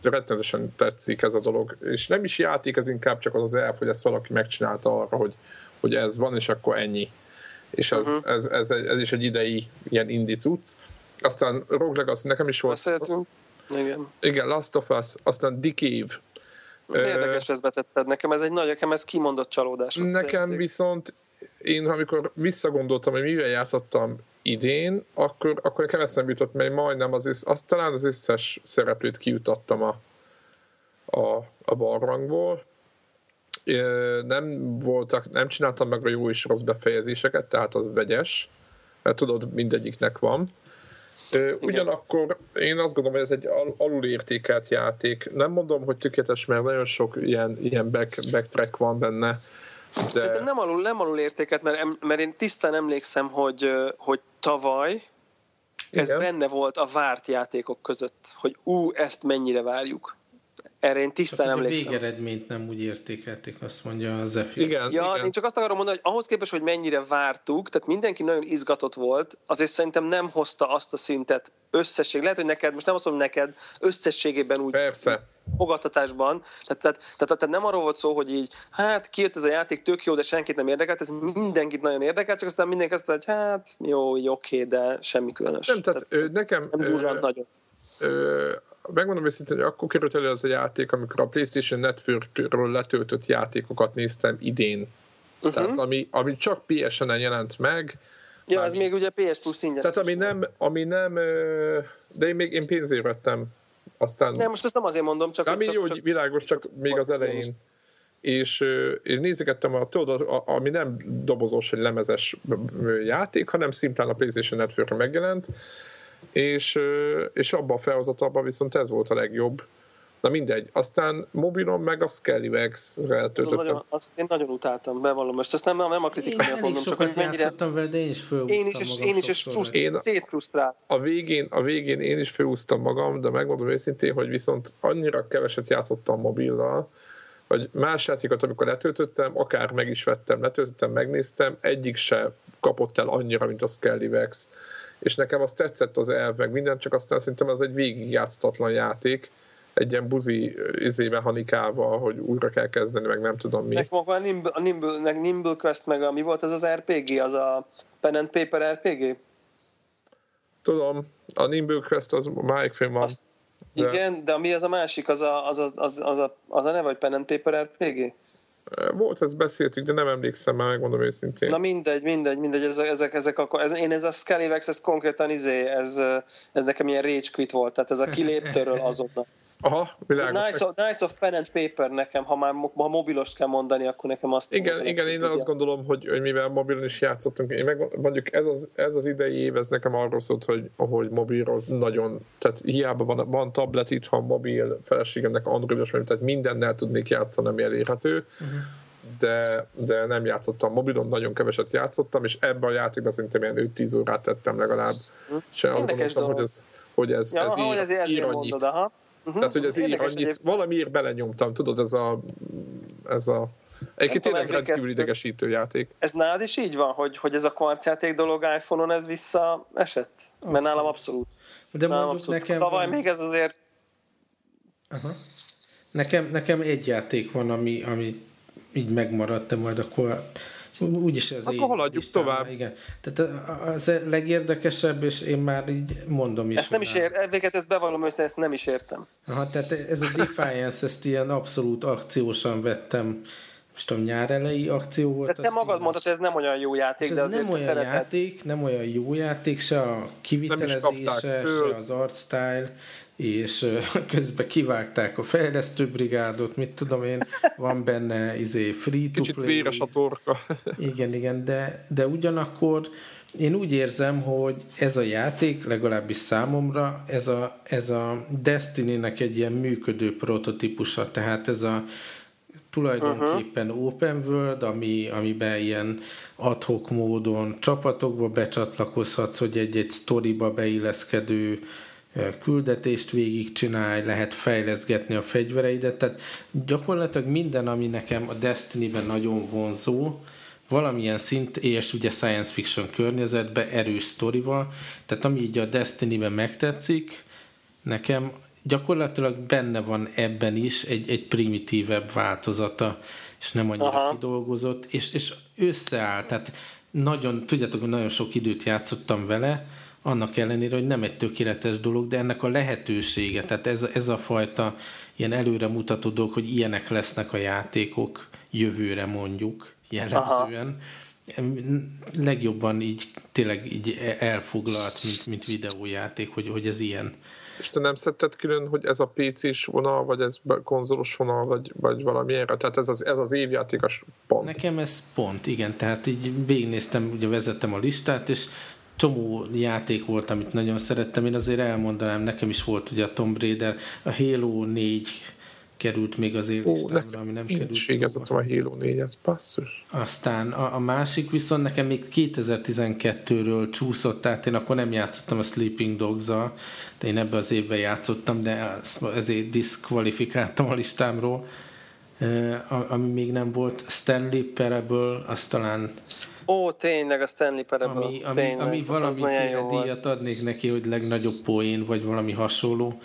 rettenetesen tetszik ez a dolog. És nem is játék, ez inkább csak az az elf, hogy ezt valaki megcsinálta arra, hogy, hogy ez van, és akkor ennyi. És ez, uh-huh. ez, ez, ez, ez is egy idei ilyen indie cucc. Aztán Rogue Legacy nekem is volt. Beszéltünk. Igen. Igen, Last of Us, aztán Decave. Érdekes, ezt betetted. Nekem ez egy nagy, nekem ez kimondott csalódás. Nekem szerintem. Viszont én, amikor visszagondoltam, hogy mivel játszottam idén, akkor, akkor nekem eszembe jutott, mert majdnem az, össz, azt talán az összes szereplőt kijutattam a, a, a barlangból. Nem voltak, nem csináltam meg a jó és rossz befejezéseket, tehát az vegyes, mert tudod, mindegyiknek van. Ugyanakkor én azt gondolom, hogy ez egy alulértékelt játék. Nem mondom, hogy tökéletes, mert nagyon sok ilyen, ilyen back, backtrack van benne. De... Szerintem nem alul, nem alul értékelt, mert, mert én tisztán emlékszem, hogy, hogy tavaly ez igen. benne volt a várt játékok között, hogy ú, ezt mennyire várjuk. Erre én tisztán csak emlékszem. A végeredményt nem úgy értékelték, azt mondja a Zephyr. Igen, ja, igen. Én csak azt akarom mondani, hogy ahhoz képest, hogy mennyire vártuk, tehát mindenki nagyon izgatott volt, azért szerintem nem hozta azt a szintet összesség. Lehet, hogy neked, most nem azt mondom neked, összességében úgy persze. fogadtatásban. Tehát, tehát, tehát, tehát nem arról volt szó, hogy így, hát kijött ez a játék, tök jó, de senkit nem érdekelt, ez mindenkit nagyon érdekelt, csak aztán mindenki azt mondta, hogy hát jó, így oké, de semmi különös. Nem, tehát, tehát nekem... Nem durván nagyon. Ö, megmondom őszintén, hogy akkor került elő az a játék, amikor a PlayStation Networkről letöltött játékokat néztem idén. Uh-huh. Tehát ami, ami csak pé es en-en jelent meg. Ja, már, ez még ugye pé es Plus ingyen. Tehát ami nem, ami nem, de én még én pénzért vettem. Aztán... Nem, most ezt nem azért mondom, csak... Ami csak, jó, csak, világos, csak, csak még az elején. Most. És én nézegettem, a, tudod, ami nem dobozos, vagy lemezes játék, hanem szimplán a PlayStation Networkre megjelent, és, és abban a felhozatalban viszont ez volt a legjobb. Na mindegy. Aztán mobilon meg a Scalawags-re töltöttem. Azt én nagyon utáltam, bevallom. Most ezt nem, nem a kritika miatt mondom, csak hogy mennyire... játszottam vele, de én is fölhúztam én is, magam én is, és fruszt, én szétfrusztrál. A végén, a végén én is fölhúztam magam, de megmondom őszintén, hogy viszont annyira keveset játszottam mobillal, hogy más játékot, amikor letöltöttem, akár meg is vettem, letöltöttem, megnéztem, egyik se kapott el annyira, mint a Scalawags. És nekem az tetszett az elv, meg minden, csak aztán szerintem az egy végigjátszatlan játék, egy ilyen buzi izébe hanikával, hogy újra kell kezdeni, meg nem tudom mi. Nekem a Nimble, a Nimble, Nimble Quest, meg a, mi volt ez az er pé gé, az a Pen and Paper er pé gé? Tudom, a Nimble Quest az melyik film van. Azt, de... Igen, de mi az a másik, az a, az a, az, az a, az a neve, vagy Pen and Paper er pé gé? Volt, ezt beszéltük, de nem emlékszem már, megmondom őszintén. Na mindegy, mindegy, mindegy, ezek, ezek, ezek a, ez, én ez a Scalawags, ez konkrétan izé, ez, ez nekem ilyen rage quit volt, tehát ez a kiléptőről azonnal. Aha, világos. Knights of, Knights of Pen and Paper nekem, ha már ha mobilost kell mondani, akkor nekem azt igen, mondani, igen, én tudja. Azt gondolom, hogy, hogy mivel mobilon is játszottunk, én meg, mondjuk ez az, ez az idei év, ez nekem arról szólt, hogy, hogy mobilról nagyon, tehát hiába van, van tablet itthon, mobil, feleségemnek androidos, tehát mindennel tudnék játszani, ami elérhető, uh-huh. de, de nem játszottam mobilon, nagyon keveset játszottam, és ebben a játékban szerintem ilyen öt-tíz órát tettem legalább, uh-huh. és azt gondoltam, hogy ez, hogy ez, ja, ez ír, ez ír, ír annyit. Mondod, aha. Uh-huh. Tehát, hogy ez így annyit, valamiért belenyomtam, tudod, ez a, ez a egyébként tényleg rendkívül idegesítő játék. Ez nálad is így van, hogy, hogy ez a kvarcjáték dolog iPhone-on ez visszaesett? Abszolút. Mert nálam abszolút. De nálam mondjuk abszolút. nekem... Tavaly még ez azért... Aha. Nekem, nekem egy játék van, ami, ami így megmaradt, de majd akkor... Úgyis ez akkor haladjuk tovább. Igen. Tehát az legérdekesebb, és én már így mondom is. Ezt nem is ér, véget ezt bevallom össze, ezt nem is értem. Aha, tehát ez a Defiance, ezt ilyen abszolút akciósan vettem, most tudom, nyár elejé akció volt. De te magad mondtad, hogy ez nem olyan jó játék, ez de azért nem olyan szereted. játék, nem olyan jó játék, se a kivitelezése, se az art style, és közben kivágták a fejlesztőbrigádot, mit tudom én, van benne izé free to play. Kicsit véres a torka. Igen, igen, de, de ugyanakkor én úgy érzem, hogy ez a játék, legalábbis számomra, ez a, ez a Destiny-nek egy ilyen működő prototípusa, tehát ez a tulajdonképpen uh-huh. open world, ami, amiben ilyen ad hoc módon csapatokba becsatlakozhatsz, hogy egy-egy sztoriba beilleszkedő küldetést végigcsinálj, lehet fejleszgetni a fegyvereidet, tehát gyakorlatilag minden, ami nekem a Destiny-ben nagyon vonzó, valamilyen szint, és ugye science fiction környezetben erős sztorival, tehát ami így a Destiny-ben megtetszik, nekem gyakorlatilag benne van ebben is egy, egy primitívebb változata, és nem annyira Aha. kidolgozott, és, és összeáll, tehát nagyon, tudjátok, hogy nagyon sok időt játszottam vele, annak ellenére, hogy nem egy tökéletes dolog, de ennek a lehetősége, tehát ez, ez a fajta ilyen előremutató dolog, hogy ilyenek lesznek a játékok jövőre mondjuk, jellemzően, Aha. legjobban így tényleg így elfoglalt, mint, mint videójáték, hogy, hogy ez ilyen. És te nem szedted külön, hogy ez a pé cés vonal, vagy ez konzolos vonal, vagy, vagy valamilyenre? Tehát ez az, ez az évjátékos pont. Nekem ez pont, igen. Tehát így végignéztem, ugye vezettem a listát, és csomó játék volt, amit nagyon szerettem. Én azért elmondanám, nekem is volt ugye a Tomb Raider, a Halo négy került még az évlistámra, ami nem került szóba. Végezottam a Halo négyet, basszus. Aztán a, a másik viszont nekem még kétezer-tizenkettőről csúszott, tehát én akkor nem játszottam a Sleeping Dogs-zal, de én ebben az évben játszottam, de ezért diszkvalifikáltam a listámról, ami még nem volt. Stanley Parable, az talán... Ó, tényleg, a Stanley Parable. Ami, ami, tényleg, ami valamiféle díjat adnék neki, hogy legnagyobb poén, vagy valami hasonló.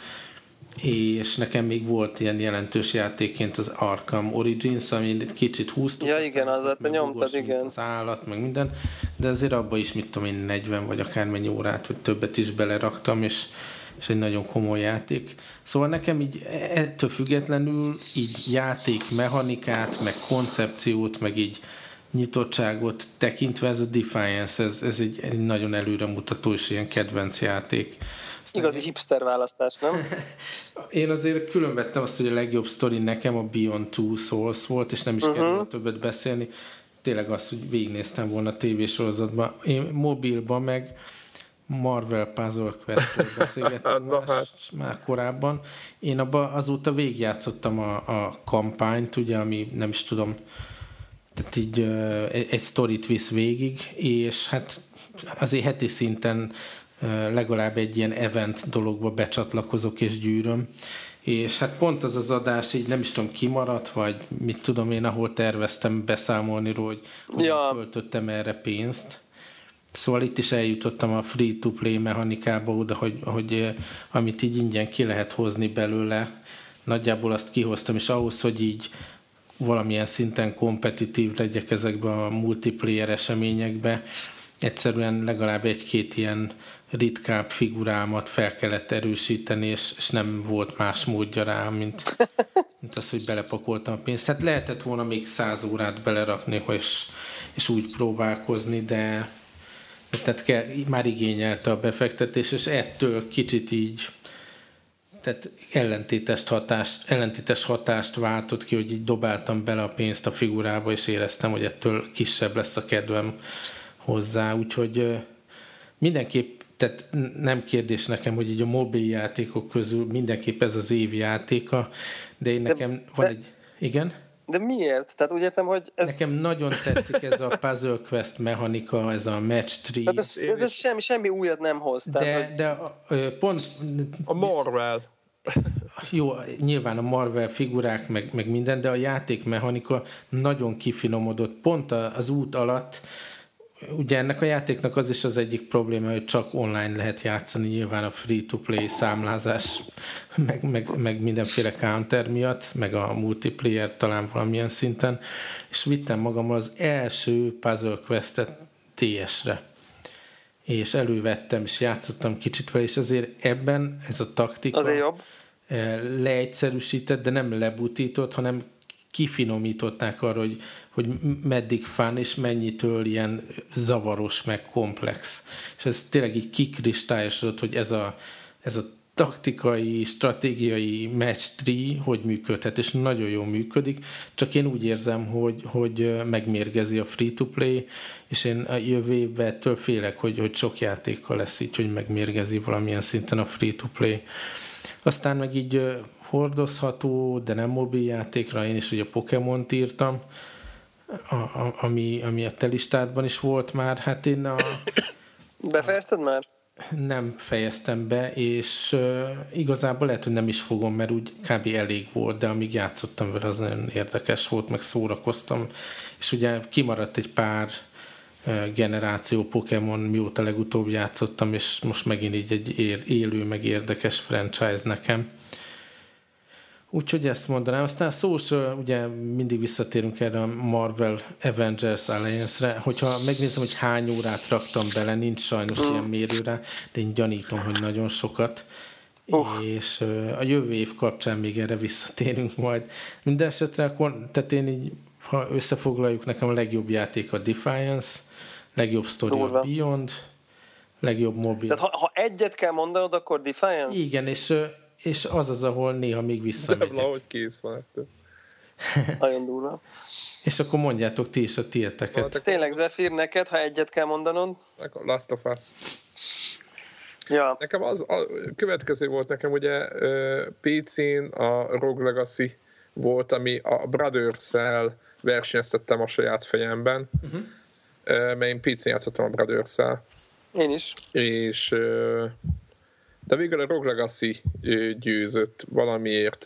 És nekem még volt ilyen jelentős játékként az Arkham Origins, ami kicsit húztuk. Ja, igen, az hát nyomtad, igen. Az állat, meg minden, de azért abba is, mit tudom én, negyven vagy akármennyi órát, vagy többet is beleraktam, és, és egy nagyon komoly játék. Szóval nekem így ettől függetlenül így játékmechanikát, meg koncepciót, meg így nyitottságot tekintve ez a Defiance, ez, ez egy, egy nagyon előremutató és ilyen kedvenc játék. Aztán igazi hipster választás, nem? Én azért különvettem azt, hogy a legjobb sztori nekem a Beyond Two Souls volt, és nem is uh-huh. kell többet beszélni. Tényleg azt, hogy végignéztem volna a tévésorozatban. Én mobilban meg Marvel Puzzle Quest-től beszélgettem más, hát. már korábban. Én abba azóta végigjátszottam a, a kampányt, ugye, ami nem is tudom, tehát így egy sztorit visz végig, és hát azért heti szinten legalább egy ilyen event dologba becsatlakozok és gyűröm. És hát pont az az adás így nem is tudom kimaradt, vagy mit tudom én, ahol terveztem beszámolni róla, hogy ja. költöttem erre pénzt. Szóval itt is eljutottam a free-to-play mechanikába oda, hogy, hogy amit így ingyen ki lehet hozni belőle, nagyjából azt kihoztam, és ahhoz, hogy így valamilyen szinten kompetitív legyek ezekbe a multiplayer eseményekbe, egyszerűen legalább egy-két ilyen ritkább figurámat fel kellett erősíteni, és, és nem volt más módja rá, mint, mint az, hogy belepakoltam a pénzt. Hát lehetett volna még száz órát belerakni, és, és úgy próbálkozni, de, de tehát kell, már igényelte a befektetés, és ettől kicsit így tehát ellentétes hatást, ellentétes hatást váltott ki, hogy így dobáltam bele a pénzt a figurába, és éreztem, hogy ettől kisebb lesz a kedvem hozzá, úgyhogy mindenképp, tehát nem kérdés nekem, hogy így a mobil játékok közül mindenképp ez az év játéka, de én nekem de, van de, egy... Igen? De miért? Tehát úgy értem, hogy ez... Nekem nagyon tetszik ez a Puzzle Quest mechanika, ez a match tree. Tehát ez, ez, ez semmi, semmi újat nem hoz. De, tehát, hogy... de pont... A Marvel. Jó, nyilván a Marvel figurák, meg, meg minden, de a játékmechanika nagyon kifinomodott. Pont az út alatt, ugye ennek a játéknak az is az egyik probléma, hogy csak online lehet játszani, nyilván a free-to-play számlázás, meg, meg, meg mindenféle counter miatt, meg a multiplayer talán valamilyen szinten, és vittem magammal az első Puzzle Quest-et té es-re. És elővettem, és játszottam kicsit vele, és azért ebben ez a taktika azért jobb. Leegyszerűsített, de nem lebutított, hanem kifinomították arra, hogy, hogy meddig fán, és mennyitől ilyen zavaros, meg komplex. És ez tényleg így kikristályosodott, hogy ez a, ez a taktikai, stratégiai match tree hogy működhet, és nagyon jól működik, csak én úgy érzem, hogy, hogy megmérgezi a free-to-play, és én a jövő évben ettől félek, hogy, hogy sok játékkal lesz így, hogy megmérgezi valamilyen szinten a free-to-play. Aztán meg így hordozható, de nem mobil játékra, én is ugye Pokémont írtam, a, a, ami, ami a te listádban is volt már, hát én a... Befejezted már? Nem fejeztem be, és uh, igazából lehet, hogy nem is fogom, mert úgy kb. Elég volt, de amíg játszottam vele, az nagyon érdekes volt, meg szórakoztam, és ugye kimaradt egy pár generáció Pokémon, mióta legutóbb játszottam, és most megint így egy élő, meg érdekes franchise nekem. Úgyhogy ezt mondanám. Aztán szós, ugye mindig visszatérünk erre a Marvel Avengers Alliance-re, hogyha megnézem, hogy hány órát raktam bele, nincs sajnos ilyen mérőre, de én gyanítom, hogy nagyon sokat. Uh. És a jövő év kapcsán még erre visszatérünk majd. Minden esetre akkor, tehát én így, ha összefoglaljuk, nekem a legjobb játék a Defiance, legjobb sztori a Beyond, legjobb mobil. Tehát ha, ha egyet kell mondanod, akkor Defiance? Igen, és, és az az, ahol néha még visszamegyek. De valahogy kész van. Nagyon durva. És akkor mondjátok ti is a tieteket. Hát, tényleg, Zephyr, neked, ha egyet kell mondanod? Last of Us. Ja. Nekem az, a következő volt nekem, ugye pé cén a Rogue Legacy volt, ami a Brothers-szel versenyeztettem a saját fejemben, uh-huh. mert én pé cén játszottam a Brothers-szel. Én is. És de végül a Rogue Legacy győzött valamiért,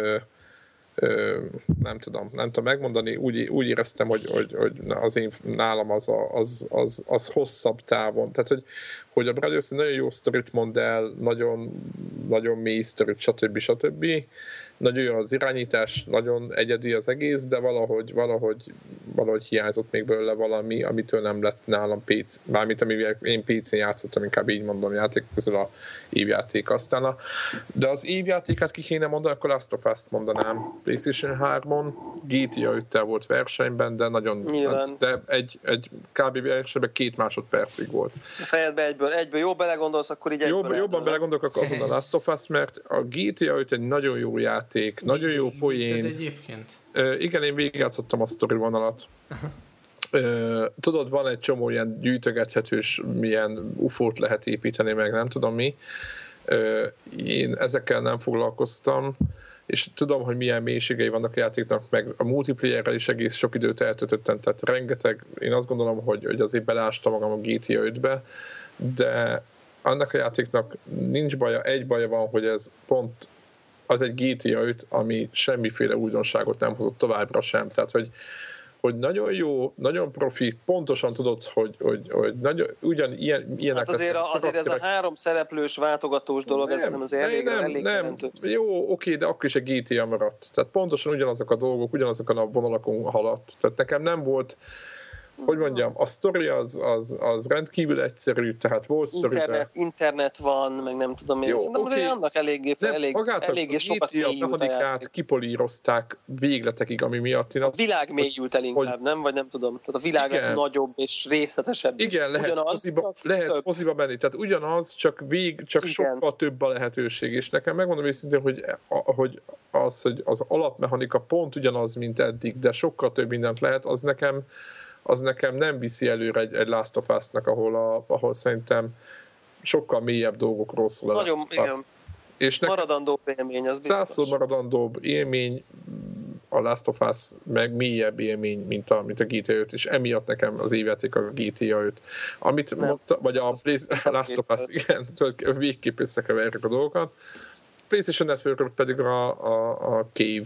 nem tudom, nem tudom megmondani, úgy, úgy éreztem, hogy, hogy, hogy az én nálam az, a, az, az, az hosszabb távon. Tehát, hogy, hogy a Brothers nagyon jó sztorit mond el, nagyon, nagyon mély sztorit, stb. stb. Nagyon jó az irányítás, nagyon egyedi az egész, de valahogy, valahogy, valahogy hiányzott még belőle valami, amitől nem lett nálam pé cé, mármint amivel én pé cén játszottam, inkább így mondom, játék közül a évjáték aztán. A, de az évjátékát ki kéne mondani, akkor Last of Us-t mondanám. PlayStation hármon, gé té á öttel volt versenyben, de nagyon, nyilván. De egy, egy kb. Versenyben két másodpercig volt. A fejedbe egyből, egyből jó belegondolsz, akkor így egyből. Jobb, jobban belegondolok, akkor azon a Last of Us, mert a gé té á öt egy nagyon jó játék, játék, nagyon jó poén. De egyébként? Uh, igen, én végigjátszottam a sztori vonalat. Uh, tudod, van egy csomó ilyen gyűjtögethetős, milyen ufót lehet építeni, meg nem tudom mi. Uh, én ezekkel nem foglalkoztam, és tudom, hogy milyen mélységei vannak a játéknak, meg a multiplayerrel is egész sok időt eltöltöttem, tehát rengeteg, én azt gondolom, hogy, hogy azért belástam magam a gé té á ötbe, de annak a játéknak nincs baja, egy baja van, hogy ez pont az egy gé té á öt, ami semmiféle újdonságot nem hozott továbbra sem. Tehát, hogy, hogy nagyon jó, nagyon profi, pontosan tudod, hogy, hogy, hogy nagyon, ugyan ilyen, ilyenek hát azért, a, azért ez a három szereplős váltogatós dolog, nem, ez nem az elég, nem, elég nem, jelentős. Jó, oké, de akkor is egy gé té á maradt. Tehát pontosan ugyanazok a dolgok, ugyanazokon a vonalakon haladt. Tehát nekem nem volt, hogy mondjam, a sztori az, az, az rendkívül egyszerű, tehát volt sztori. Internet, internet van, meg nem tudom én. Szerintem okay. Azért annak eléggé, nem, elég, eléggé sokat mélyült a játék. Kipolírozták végletekig, ami miatt én azt... A világ mélyült el inkább, hogy... nem? Vagy nem tudom. Tehát a világ igen. nagyobb és részletesebb. Igen, lehet ugyanaz, poziba, lehet poziba menni. Tehát ugyanaz, csak vég, csak igen. sokkal több a lehetőség. És nekem megmondom őszintén, hogy, hogy az, hogy az alapmechanika pont ugyanaz, mint eddig, de sokkal több mindent lehet, az nekem az nekem nem viszi előre egy, egy Last of Us-nak, ahol, a, ahol szerintem sokkal mélyebb dolgokról szól a nagyon, Last of Us. És maradandóbb élmény, az biztos. Százszor maradandóbb élmény a Last of Us, meg mélyebb élmény, mint a, mint a gé té á öt, és emiatt nekem az évjáték a gé té á öt. Amit mondta, vagy a Last of Us, igen, végképp összekeverjük a dolgokat. PlayStation Network pedig a, a, a Cave,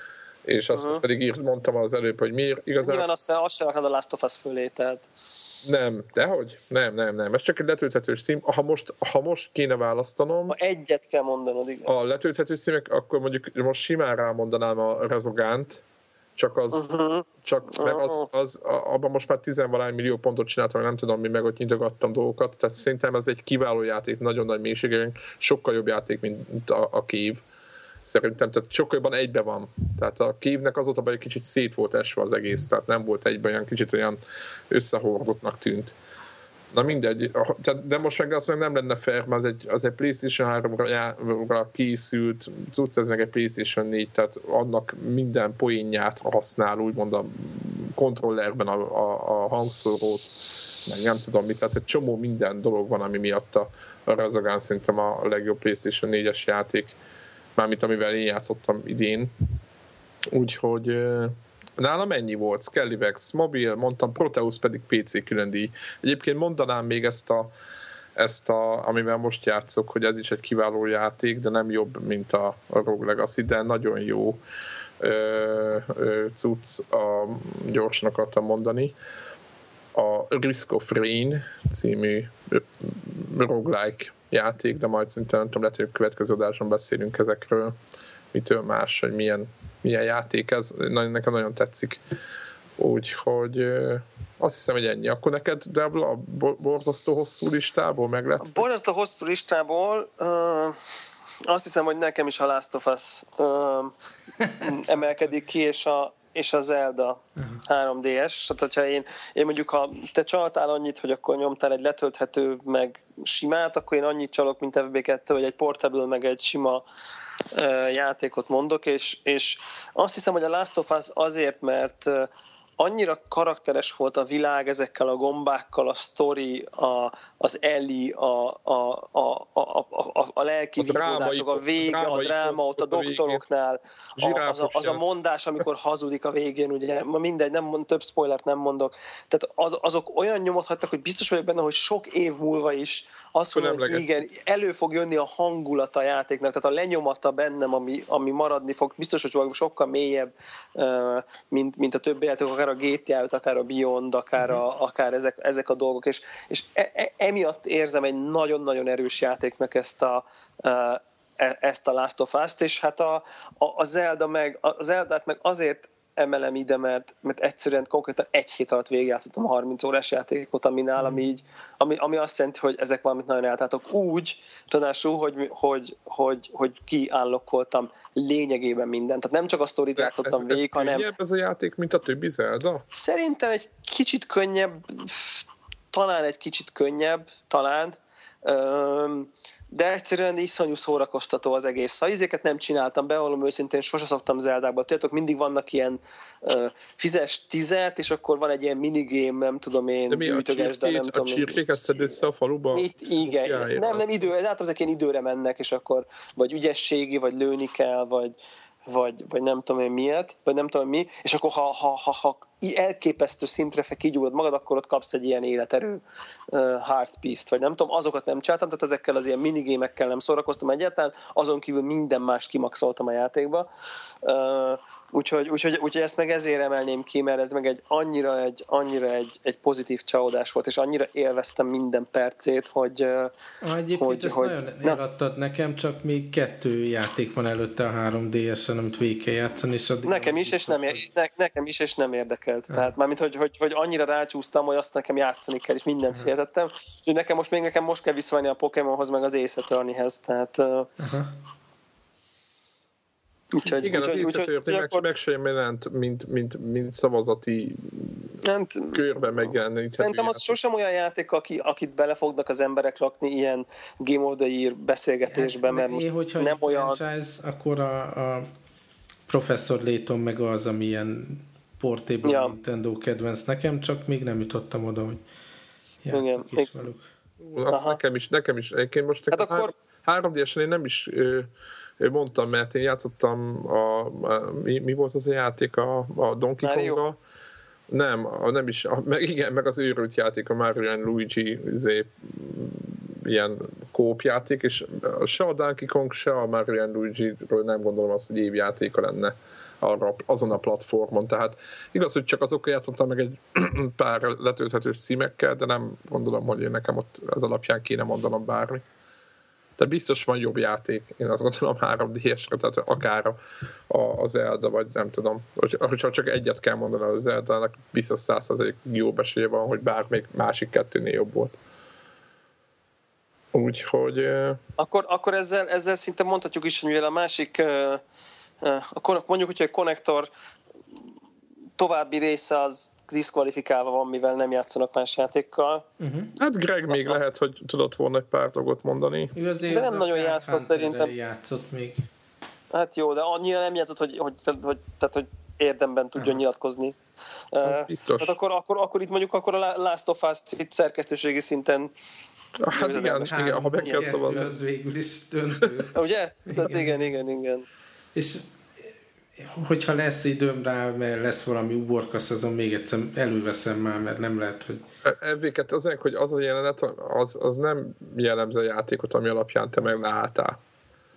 és azt, uh-huh. azt pedig írt, mondtam az előbb, hogy miért igazán... Nyilván azt, azt sem akad a Last of Us fölé, tehát... Nem, dehogy? Nem, nem, nem. Ez csak egy letölthetős cím. Ha most, ha most kéne választanom... Ha egyet kell mondanod, igen. A letölthető címek, akkor mondjuk most simán rámondanám a Resogánt, csak az... Uh-huh. Csak, mert az, az, abban most már tizenvalány millió pontot csináltam, nem tudom mi, meg ott nyitogattam dolgokat, tehát szerintem ez egy kiváló játék, nagyon nagy mélységén, sokkal jobb játék, mint a, a Cave. Szerintem, tehát sokkal jobban egybe van. Tehát a Cave-nek azóta egy kicsit szét volt esve az egész, tehát nem volt egyben, olyan kicsit olyan összehordottnak tűnt. Na mindegy, de most meg azt nem lenne fair, mert az egy, az egy PlayStation háromra készült, tudsz ez meg egy PlayStation négy, tehát annak minden poénját használ, úgymond a kontrollerben a, a, a hangszórót, meg nem tudom mit, tehát egy csomó minden dolog van, ami miatt a, a Resogun szerintem a legjobb PlayStation négyes játék, mármint amivel én játszottam idén. Úgyhogy nálam ennyi volt. Skellivex mobil, mondtam, Proteus pedig pé cé külön díj. Egyébként mondanám még ezt a, ezt a, amivel most játszok, hogy ez is egy kiváló játék, de nem jobb, mint a, a Rogue Legacy, de nagyon jó ö, ö, cucc, a, gyorsan akartam mondani. A Risk of Rain című roguelike játék, de majd szerintem nem tudom, lehet, hogy a következő adáson beszélünk ezekről, mitől más, hogy milyen, milyen játék ez, nekem nagyon tetszik. Úgyhogy azt hiszem, hogy ennyi. Akkor neked, Debla, a borzasztó hosszú listából meg lett? A borzasztó hosszú listából uh, azt hiszem, hogy nekem is a Last of Us uh, emelkedik ki, és a és a Zelda uh-huh. három dé es. Tehát, hogyha én, én mondjuk, ha te csaltál annyit, hogy akkor nyomtál egy letölthető meg simát, akkor én annyit csalok, mint ef bé kettő, vagy egy portable, meg egy sima uh, játékot mondok, és, és azt hiszem, hogy a Last of Us azért, mert uh, annyira karakteres volt a világ ezekkel a gombákkal, a sztori, a, az Ellie, a, a, a, a, a, a lelki vívódások, a vége, a dráma ott a doktoroknál, a, az, a, az a mondás, amikor hazudik a végén, ugye, mindegy, nem mond, több spoilert nem mondok. Tehát az, azok olyan nyomot hagytak, hogy biztos vagyok benne, hogy sok év múlva is azt mondom, hogy igen, elő fog jönni a hangulata a játéknak, tehát a lenyomata bennem, ami, ami maradni fog, biztos, hogy sokkal mélyebb, mint, mint a többi játék, akár a gé té á öt, akár a Beyond, akár, a, akár ezek, ezek a dolgok, és, és e, emiatt érzem egy nagyon-nagyon erős játéknak ezt a, ezt a Last of Us-t, és hát a, a, a Zelda meg, a Zeldát meg azért emelem ide, mert, mert egyszerűen konkrétan egy hét alatt végigjátszottam a harminc órás játékot, ami nálam így, ami, ami azt jelenti, hogy ezek valamit nagyon eltáltok. Úgy, ráadásul, hogy, hogy, hogy, hogy kiállokkoltam lényegében mindent. Tehát nem csak a sztorit játszottam végig, ez hanem... könnyebb ez a játék, mint a többi Zelda? Szerintem egy kicsit könnyebb, talán egy kicsit könnyebb, talán, de egyszerűen iszonyú szórakoztató az egész. Ha izéket nem csináltam, bevallom őszintén, sose szoktam Zeldákba. Tudjátok, mindig vannak ilyen uh, fizes tizet, és akkor van egy ilyen minigame, nem tudom én, de mi gyűjtöges, de nem a tudom. A csirkéket szed össze a faluba? Itt, igen, nem, nem idő, általában ezek ilyen időre mennek, és akkor vagy ügyességi, vagy lőni kell, vagy, vagy, vagy nem tudom én miért, vagy nem tudom mi, és akkor ha, ha, ha, ha elképesztő szintre kigyúrod magad, akkor ott kapsz egy ilyen életerő uh, hard piece-t, vagy nem tudom, azokat nem csináltam, tehát ezekkel az ilyen minigémekkel nem szórakoztam egyáltalán, azon kívül minden más kimaxoltam a játékba. Uh, úgyhogy, úgyhogy, úgyhogy ezt meg ezért emelném ki, mert ez meg egy annyira egy, annyira egy, egy pozitív csalódás volt, és annyira élveztem minden percét, hogy... Uh, Egyébként hogy, ezt hogy, nagyon eladtad nekem, csak még kettő játék van előtte a három dé esen, amit végig kell játszani, és addig... Nekem is, és nem, ér, ne, nekem is, és nem érdekel. Tehát mármint, hogy, hogy, hogy annyira rácsúsztam, hogy azt nekem játszani kell, és mindent féltettem. Úgyhogy nekem most még nekem most kell visszavenni a Pokémonhoz, meg az Ace Attorneyhez. Tehát... Uh, Úgyhogy, igen, úgyhogy, az Ace Attorney meg, akkor... meg sem jelent, mint, mint, mint szavazati nem, körben megjelenni. Szerintem az sosem olyan játék, aki, akit belefognak az emberek lakni ilyen Game of the Year beszélgetésbe, hát, mert most én, hogyha nem olyan... franchise, akkor a, a Professor Layton meg az, ami ilyen portable ja. Nintendo kedvenc nekem, csak még nem jutottam oda, hogy játszok igen. is velük. Azt nekem is, nekem is. Én most hát akkor... három dé esen én nem is ö, mondtam, mert én játszottam a, a mi, mi volt az a játék a, a Donkey Konggal. Nem, a, nem is, a, meg, igen, meg az őrült játék, a Mario and Luigi zé, ilyen kópjáték, és se a Donkey Kong, se a Mario and Luigi-ről nem gondolom azt, hogy évjátéka lenne arra, azon a platformon. Tehát igaz, hogy csak azokkal játszottam meg egy pár letölthetős címekkel, de nem gondolom, hogy én nekem ott ez alapján kéne mondanom bármi. De biztos van jobb játék, én azt gondolom három dé esre, tehát akár a, a, a Zelda, vagy nem tudom, hogyha csak egyet kell mondani a Zeldának, biztos száz százalék jobb esélye van, hogy bármelyik másik kettőnél jobb volt. Úgyhogy... Akkor, akkor ezzel, ezzel szinte mondhatjuk is, hogy mivel a másik akkor mondjuk, hogy a konnektor további része az diszkvalifikálva van, mivel nem játszanak más játékkal. Uh-huh. Hát Greg még azt lehet, hogy tudott volna egy pár dolgot mondani. Igazán de nem nagyon játszott szerintem. Játszott még. Hát jó, de annyira nem játszott, hogy, hogy, hogy, tehát, hogy érdemben tudjon uh-huh. nyilatkozni. Az uh, biztos. Tehát akkor, akkor, akkor itt mondjuk akkor a Last of Us itt szerkesztőségi szinten hát igen, igen, ha meg kell szavazni. Az végül is döntő. Ugye? Tehát igen, igen, igen. És hogyha lesz időm rá, mert lesz valami uborka szezon, még egyszer előveszem már, mert nem lehet, hogy... Elvéket az, hogy az a jelenet, az, az nem jellemző a játékot, ami alapján te meg látál.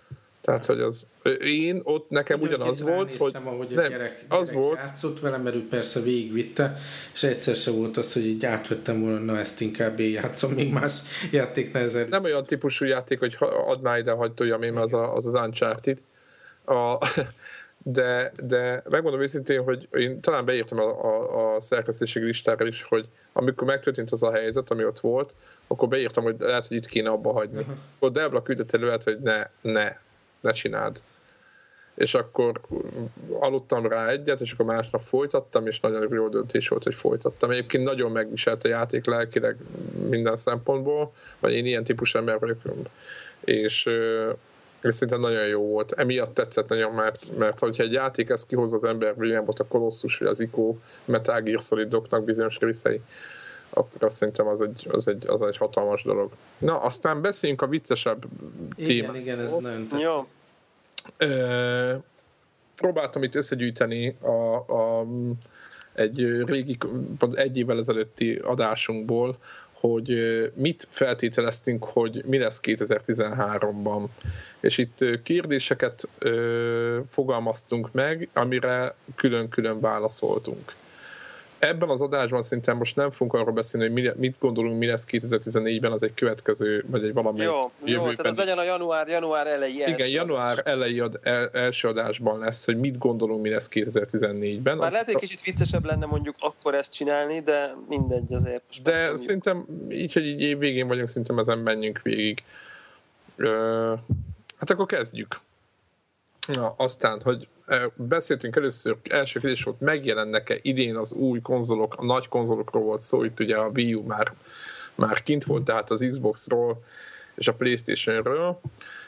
Tehát, hogy az, én ott nekem Ugyan ugyanaz volt, hogy ahogy a nem, gyerek, az gyerek volt, játszott vele, mert ő persze végigvitte, és egyszer se volt az, hogy így átvettem volna, na ezt inkább én játszom, még más játék nehezer. Nem olyan típusú játék, hogy add már ide, hagyd toljam én, az, a, az az Uncharted. A, de, de megmondom őszintén, hogy én talán beírtam a, a, a szerkesztési listára is, hogy amikor megtörtént az a helyzet, ami ott volt, akkor beírtam, hogy lehet, hogy itt kéne abba hagyni. Uh-huh. Akkor Debla küldött előtt, hogy ne, ne, ne csináld. És akkor aludtam rá egyet, és akkor másnap folytattam, és nagyon jó döntés volt, hogy folytattam. Egyébként nagyon megviselt a játék lelkileg minden szempontból, vagy én ilyen típusú ember vagyok, és, és szerintem nagyon jó volt. Emiatt tetszett nagyon, mert, mert hogyha egy játék ezt kihozza az ember, vagy ilyen volt a Colossus, vagy az Ico, Metal Gear Solidoknak bizonyos részei, akkor azt szerintem az egy, az, egy, az egy hatalmas dolog. Na, aztán beszéljünk a viccesebb témáról. Igen, igen, ez nagyon tetszik. Jó. Uh, próbáltam itt összegyűjteni a, a, egy régi, egy évvel ezelőtti adásunkból, hogy mit feltételeztünk, hogy mi lesz kétezer-tizenháromban. És itt kérdéseket uh, fogalmaztunk meg, amire külön-külön válaszoltunk. Ebben az adásban szerintem most nem fogunk arról beszélni, hogy mit gondolunk, mi lesz kétezer-tizennégyben, az egy következő, vagy egy valami jó, jövőben. Jó, tehát az legyen a január, január elejé első. Igen, január elejé ad, el, első adásban lesz, hogy mit gondolunk, mi lesz kétezer-tizennégyben. Már lehet, hogy kicsit viccesebb lenne mondjuk akkor ezt csinálni, de mindegy azért. De mondjuk. Szerintem így, hogy így év végén vagyunk, szerintem ezen menjünk végig. Ö, hát akkor kezdjük. Na, aztán, hogy beszéltünk először, első kérdés volt, megjelennek-e idén az új konzolok, a nagy konzolokról volt szó, itt ugye a Wii U már, már kint volt, tehát az Xboxról és a PlayStationről.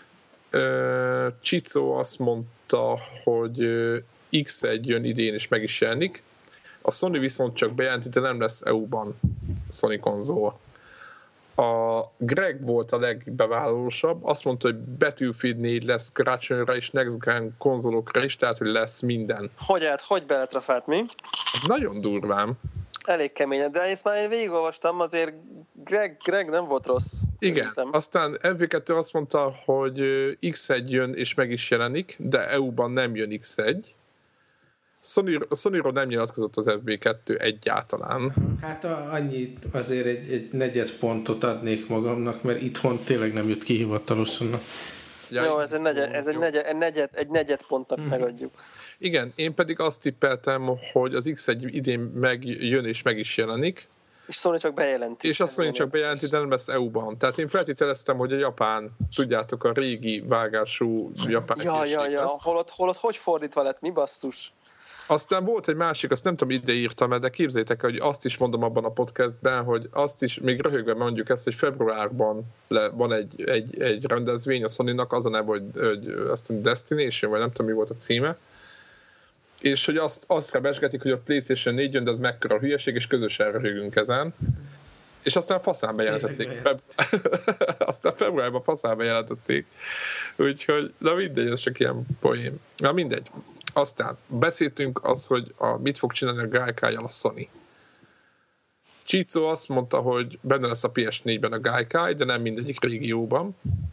Csicó azt mondta, hogy iksz egy jön idén és meg is jelenik. A Sony viszont csak bejelenti, de nem lesz é u-ban Sony konzol. A Greg volt a legbevállalósabb, azt mondta, hogy Battlefield négy lesz karácsonyra és Next Gen konzolokra is, tehát hogy lesz minden. Hogy állt, hogy beletrafált, mi? Nagyon durván. Elég keményen, de ezt már én végigolvastam, azért Greg, Greg nem volt rossz. Igen, szerintem. Aztán em vé kettő azt mondta, hogy iksz egy jön és meg is jelenik, de é u-ban nem jön iksz egy. Sony, Sonyról nem nyilatkozott az ef bé kettő egyáltalán. Hát a, annyi azért egy, egy negyed pontot adnék magamnak, mert itthon tényleg nem jött ki hivatalosan. Ja, jó, ez egy negyed, ez egy negyed, egy negyed, egy negyed pontnak hmm. megadjuk. Igen, én pedig azt tippeltem, hogy az iksz egy idén megjön és meg is jelenik. És Sony csak bejelenti. És azt Sony csak bejelenti, de nem lesz é u-ban. Tehát én feltételeztem, hogy a japán, tudjátok, a régi vágású japán Ja, ja, ja, holott, holott hogy fordítva lett, mi basszus? Aztán volt egy másik, azt nem tudom, ide írtam, de képzeljétek, hogy azt is mondom abban a podcastben, hogy azt is, még röhögve mondjuk ezt, hogy februárban le, van egy, egy, egy rendezvény a Sony-nak, az a neve, hogy, hogy azt mondja, Destination, vagy nem tudom, mi volt a címe, és hogy azt, azt rebesgetik, hogy a PlayStation négy jön, de ez mekkora hülyeség, és közösen röhögünk ezen. És aztán faszán bejelentették. Feb... aztán februárban faszán bejelentették. Úgyhogy, na mindegy, ez csak ilyen poém. Na mindegy. Aztán beszéltünk az, hogy a, mit fog csinálni a Gaikai-jal a Sony. Csicó azt mondta, hogy benne lesz a pé es négyben a Gaikai, de nem mindegyik régióban.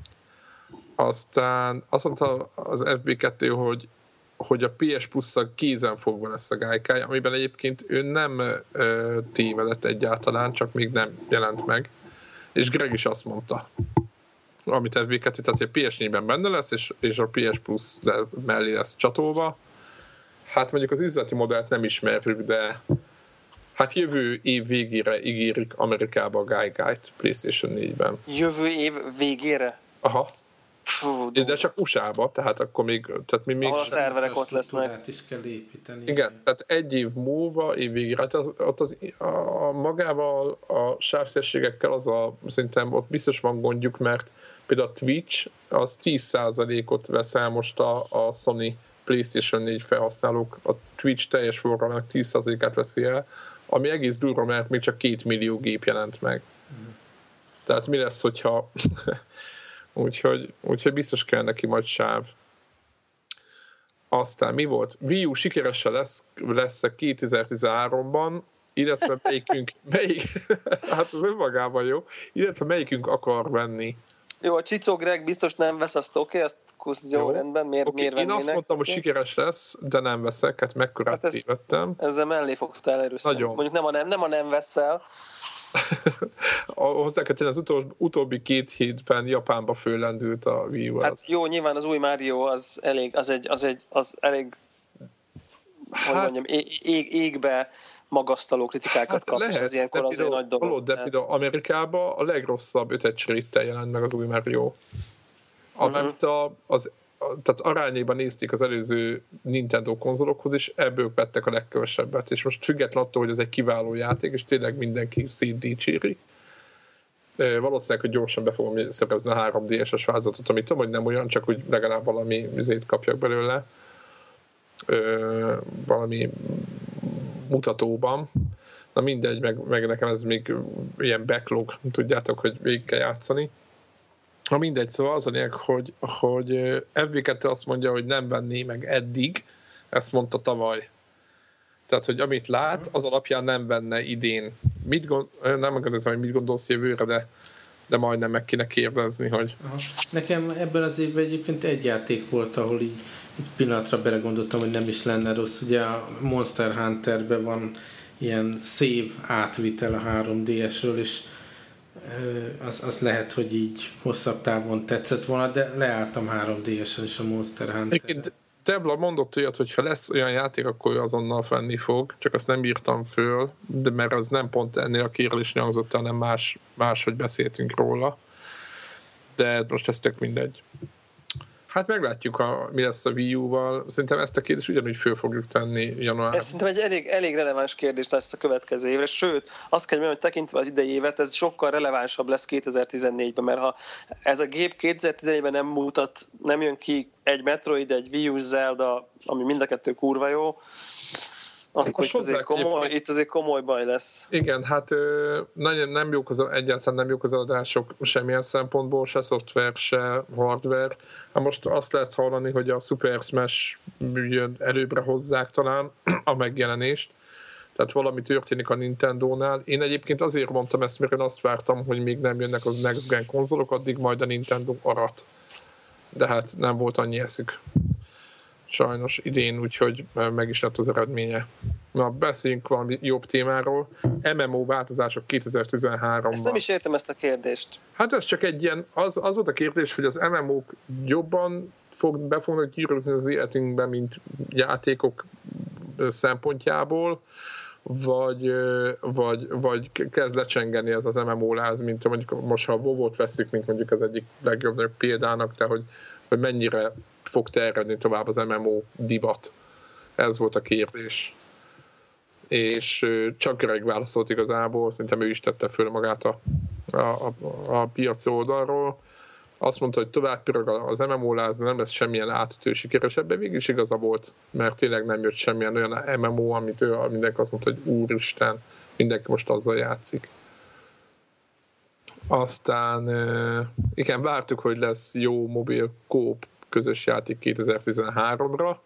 Aztán azt mondta az ef bé kettő, hogy, hogy a pé es Plus-szal kézenfogva lesz a Gaikai, amiben egyébként ő nem ö, tévedett egyáltalán, csak még nem jelent meg. És Greg is azt mondta, amit ef bé kettő, tehát hogy a pé es négyben benne lesz, és, és a pé es Plus mellé lesz csatolva. Hát mondjuk az üzleti modellt nem ismerjük, de hát jövő év végére ígérik Amerikába a Gaikai-t PlayStation négyben. Jövő év végére? Aha. Fú, de csak u es á-ba, tehát akkor még... Tehát mi még ahol a szerverek ott lesznek. is kell építeni. Igen, tehát egy év múlva, év végére, hát az, ott az, a, magával a sávszélességekkel az a, szerintem ott biztos van gondjuk, mert például a Twitch az tíz százalékot vesz el most a, a Sony PlayStation négy felhasználók, a Twitch teljes forgalmának tíz százalékát veszi el, ami egész durva, mert még csak két millió gép jelent meg. Mm. Tehát mi lesz, hogyha... úgyhogy, úgyhogy biztos kell neki majd sáv. Aztán mi volt? Wii U sikeresen lesz, lesz kétezer-tizenháromban, illetve melyikünk, melyik, hát az önmagában jó, illetve melyikünk akar venni. Jó, a Csicó Greg biztos nem vesz, azt oké, okay, azt Focus, jó, jó. rendben, miért, okay. miért Én azt mondtam, hogy sikeres lesz, de nem veszek, hát mekkorát hát tévedtem. Ezzel mellé fogtál erősen. Nagyon. Mondjuk nem a nem, nem a nem veszel. Hozzá kell tenni, az utol, utóbbi két hétben Japánba föllendült a Wii U. Hát jó, nyilván az új Mario az elég, az egy, az egy, az elég, hát, hogy mondjam, ég, égbe magasztaló kritikákat hát kap, lehet, és ez ilyenkor az egy nagy dolog. De például Amerikában a legrosszabb öt-egy jelent meg az új Mario. Amint uh-huh. az, tehát arányében nézték az előző Nintendo konzolokhoz, és ebből vettek a legkevesebbet. És most függetlenül attól, hogy ez egy kiváló játék, és tényleg mindenki szép dicséri. Valószínűleg, hogy gyorsan be fogom szerezni a három dé es-es változatot, amit tudom, hogy nem olyan, csak úgy legalább valami üzét kapjak belőle. Ö, valami mutatóban. Na mindegy, meg, meg nekem ez még ilyen backlog, tudjátok, hogy végig kell játszani. Na mindegy, szóval az a lényeg, hogy, hogy ef bé kettő azt mondja, hogy nem venné meg eddig, ezt mondta tavaly. Tehát, hogy amit lát, az alapján nem venne idén. Mit gond, nem megkérdezem, hogy mit gondolsz jövőre, de, de majdnem meg kéne kérdezni, hogy... Aha. Nekem ebben az évben egyébként egy játék volt, ahol így egy pillanatra belegondoltam, hogy nem is lenne rossz. Ugye a Monster Hunterben van ilyen save átvitel a három dé es-ről, és az, az lehet, hogy így hosszabb távon tetszett volna, de leálltam három dé es-en is a Monster Hunter-re. Tebla mondott olyat, hogy ha lesz olyan játék, akkor azonnal fenni fog, csak azt nem írtam föl, de mert az nem pont ennél a kérlésnél hangzott, hanem más, máshogy beszéltünk róla. De most ez tök mindegy. Hát meglátjuk, a, mi lesz a Wii U-val. Szerintem ezt a kérdést ugyanúgy föl fogjuk tenni januárban. Ez szerintem egy elég, elég releváns kérdés lesz a következő évre. Sőt, azt kell mondani, hogy tekintve az idei évet, ez sokkal relevánsabb lesz kétezer-tizennégyben, mert ha ez a gép kétezer-tizennégyben nem mutat, nem jön ki egy Metroid, egy Wii U Zelda, ami mind a kettő kurva jó, akkor itt azért, komoly, itt azért komoly baj lesz. Igen, hát nagyon nem jók az, egyáltalán nem jók az adások semmilyen szempontból, se szoftver, se hardware. Hát most azt lehet hallani, hogy a Super Smash jön előbbre hozzák talán a megjelenést. Tehát valami történik a Nintendónál. Én egyébként azért mondtam ezt, mert én azt vártam, hogy még nem jönnek az Next Gen konzolok, addig majd a Nintendo arat. De hát nem volt annyi eszük. Sajnos idén, úgyhogy meg is lett az eredménye. Na, beszéljünk valami jobb témáról. em em o változások kétezer-tizenháromban. Ezt nem is értem, ezt a kérdést. Hát ez csak egy ilyen, az, az volt a kérdés, hogy az em em o-k jobban fog, be fognak gyűrűzni az életünkbe, mint játékok szempontjából, vagy, vagy, vagy kezd lecsengeni ez az em em o láz, mint mondjuk most, ha a WoW-ot veszük, mint mondjuk az egyik legjobb példának, de hogy, hogy mennyire fog terjedni tovább az em em o divat. Ez volt a kérdés. És csak Greg válaszolt igazából, szerintem ő is tette föl magát a, a, a, a piac oldalról. Azt mondta, hogy tovább pörög az em em o láz, nem lesz semmilyen átütő sikeres, ebben végül is igaza volt, mert tényleg nem jött semmilyen olyan em em o, amit ő, mindenki azt mondta, hogy úristen, mindenki most azzal játszik. Aztán igen, vártuk, hogy lesz jó mobil kóp közös játék kétezer-tizenháromra,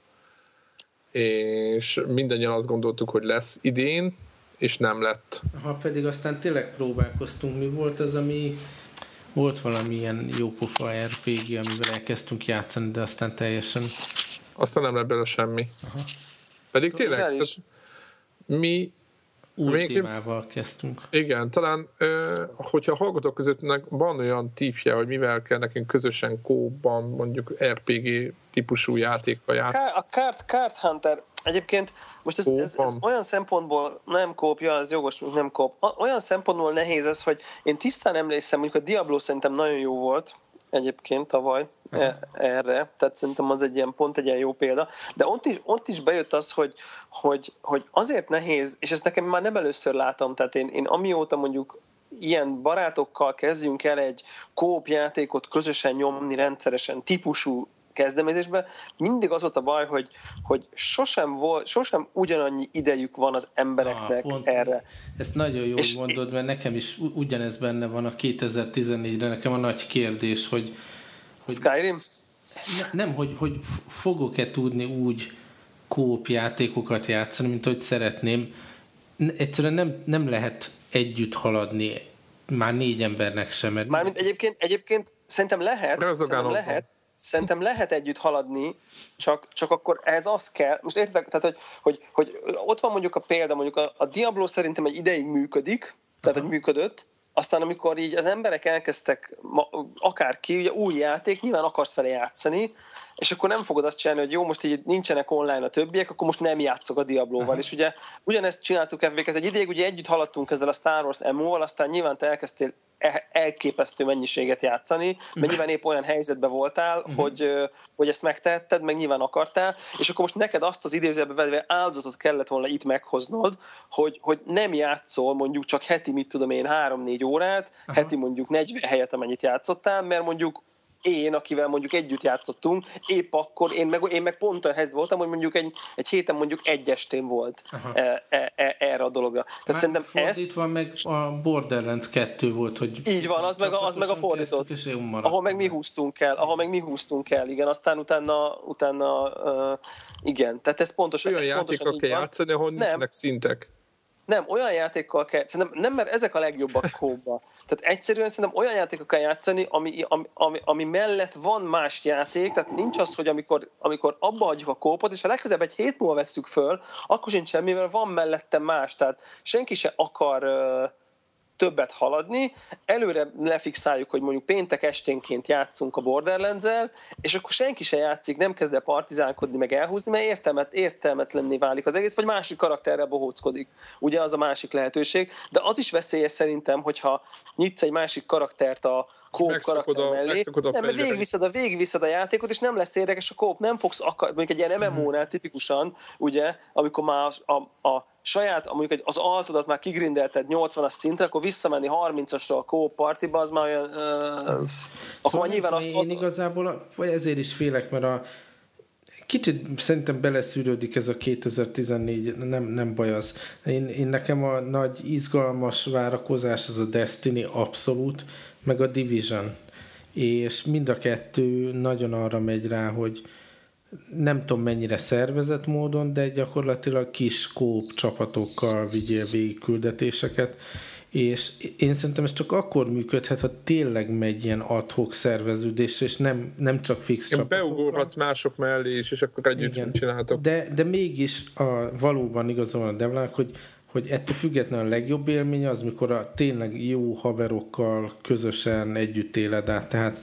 és mindannyian azt gondoltuk, hogy lesz idén, és nem lett. Ha pedig aztán tényleg próbálkoztunk, mi volt az, ami volt valami ilyen jópofa er pé gé, amivel elkezdtünk játszani, de aztán teljesen... Aztán nem lett belőle semmi. Aha. Pedig szóval tényleg, tehát mi új témával kezdtünk. Igen, talán, hogyha a hallgatók között van olyan típje, hogy mivel kell nekünk közösen kóban mondjuk er pé gé típusú játékkal játszani. A Card, Card Hunter, egyébként most ez, ez, ez olyan szempontból nem kópja, ez jogos, nem kóp. Olyan szempontból nehéz ez, hogy én tisztán emlékszem, mondjuk a Diablo szerintem nagyon jó volt, egyébként tavaly e, erre, tehát szerintem az egy ilyen pont egy ilyen jó példa, de ott is, ott is bejött az, hogy, hogy, hogy azért nehéz, és ezt nekem már nem először látom, tehát én, én amióta mondjuk ilyen barátokkal kezdjünk el egy kóp játékot közösen nyomni rendszeresen típusú kezdeményezésben, mindig az volt a baj, hogy, hogy sosem, volt, sosem ugyanannyi idejük van az embereknek ah, erre. Ezt nagyon jól és mondod, mert nekem is ugyanez benne van a kétezer-tizennégyre, nekem a nagy kérdés, hogy... hogy Skyrim? Ne, nem, hogy, hogy fogok-e tudni úgy kóp játékokat játszani, mint hogy szeretném. Egyszerűen nem, nem lehet együtt haladni, már négy embernek sem. Mert mármint egyébként, egyébként szerintem lehet, szerintem lehet, szerintem lehet együtt haladni, csak, csak akkor ehhez az kell, most értitek, tehát hogy, hogy, hogy ott van mondjuk a példa, mondjuk a, a Diablo szerintem egy ideig működik, tehát hogy működött, aztán amikor így az emberek elkezdtek, akárki, ugye új játék, nyilván akarsz vele játszani, és akkor nem fogod azt csinálni, hogy jó, most így nincsenek online a többiek, akkor most nem játszok a Diablóval. Uh-huh. És ugye ugyanezt csináltuk ef vé-ket, egy ideig ugye együtt haladtunk ezzel a Star Wars em o-val, aztán nyilván te elkezdtél elképesztő mennyiséget játszani, mert nyilván épp olyan helyzetben voltál, uh-huh. hogy, hogy ezt megtehetted, meg nyilván akartál, és akkor most neked azt az idézőjelbe vedve áldozatot kellett volna itt meghoznod, hogy, hogy nem játszol mondjuk csak heti, mit tudom én, három-négy órát, uh-huh. heti mondjuk negyven helyet, amennyit játszottál, mert mondjuk én, akivel mondjuk együtt játszottunk, épp akkor én meg, én meg pont olyan helyzet voltam, hogy mondjuk egy, egy héten mondjuk egy estén volt e, e, e, erre a dologra. Tehát szerintem fordítva ezt... meg a Borderlands kettő volt, hogy... Így van, az meg a, az meg a fordított. Ahol meg mi húztunk el, ahol meg mi húztunk el, igen, aztán utána, utána uh, igen, tehát ez pontosan... Olyan játékkal kell játszani, ahol nincsenek szintek. Nem, olyan játékkal kell, szerintem nem, mert ezek a legjobbak kóba. Tehát egyszerűen szerintem olyan játékokkal kell játszani, ami, ami, ami, ami mellett van más játék, tehát nincs az, hogy amikor, amikor abba hagyjuk a kópot, és ha legközelebb egy hét múlva vesszük föl, akkor sincs semmi, mert van mellette más, tehát senki se akar uh, többet haladni, előre lefixáljuk, hogy mondjuk péntek esténként játszunk a Borderlands-el, és akkor senki se játszik, nem kezd el partizálkodni, meg elhúzni, mert értelmet, értelmetlenné válik az egész, vagy másik karakterrel bohóckodik. Ugye az a másik lehetőség, de az is veszélyes szerintem, hogyha nyitsz egy másik karaktert a kóp karakter a, mellé, nem, mert végigviszed a, végigviszed a játékot, és nem lesz érdekes a kóp, nem fogsz akar, mondjuk egy ilyen em em o-nál tipikusan, ugye, amikor már a, a, a saját, mondjuk az altodat már kigrindelted nyolcvanas szintre, akkor visszamenni harmincasra a co-op partiba, az már olyan... Uh, szóval akkor nyilván az, az... Én igazából, vagy ezért is félek, mert a kicsit szerintem beleszűrődik ez a kétezer-tizennégy, nem, nem baj az. Én, én nekem a nagy izgalmas várakozás az a Destiny abszolút, meg a Division. És mind a kettő nagyon arra megy rá, hogy nem tudom mennyire szervezett módon, de gyakorlatilag kis kóp csapatokkal vigyél végig küldetéseket, és én szerintem ez csak akkor működhet, ha tényleg megy ilyen ad-hoc szerveződés, és nem, nem csak fix csapatokkal. Beugorhatsz mások mellé is, és akkor együtt igen, csinálhatok. De, de mégis a, valóban igazol a Devlának, hogy hogy ettől függetlenül a legjobb élmény az, mikor a tényleg jó haverokkal közösen együtt éled át, tehát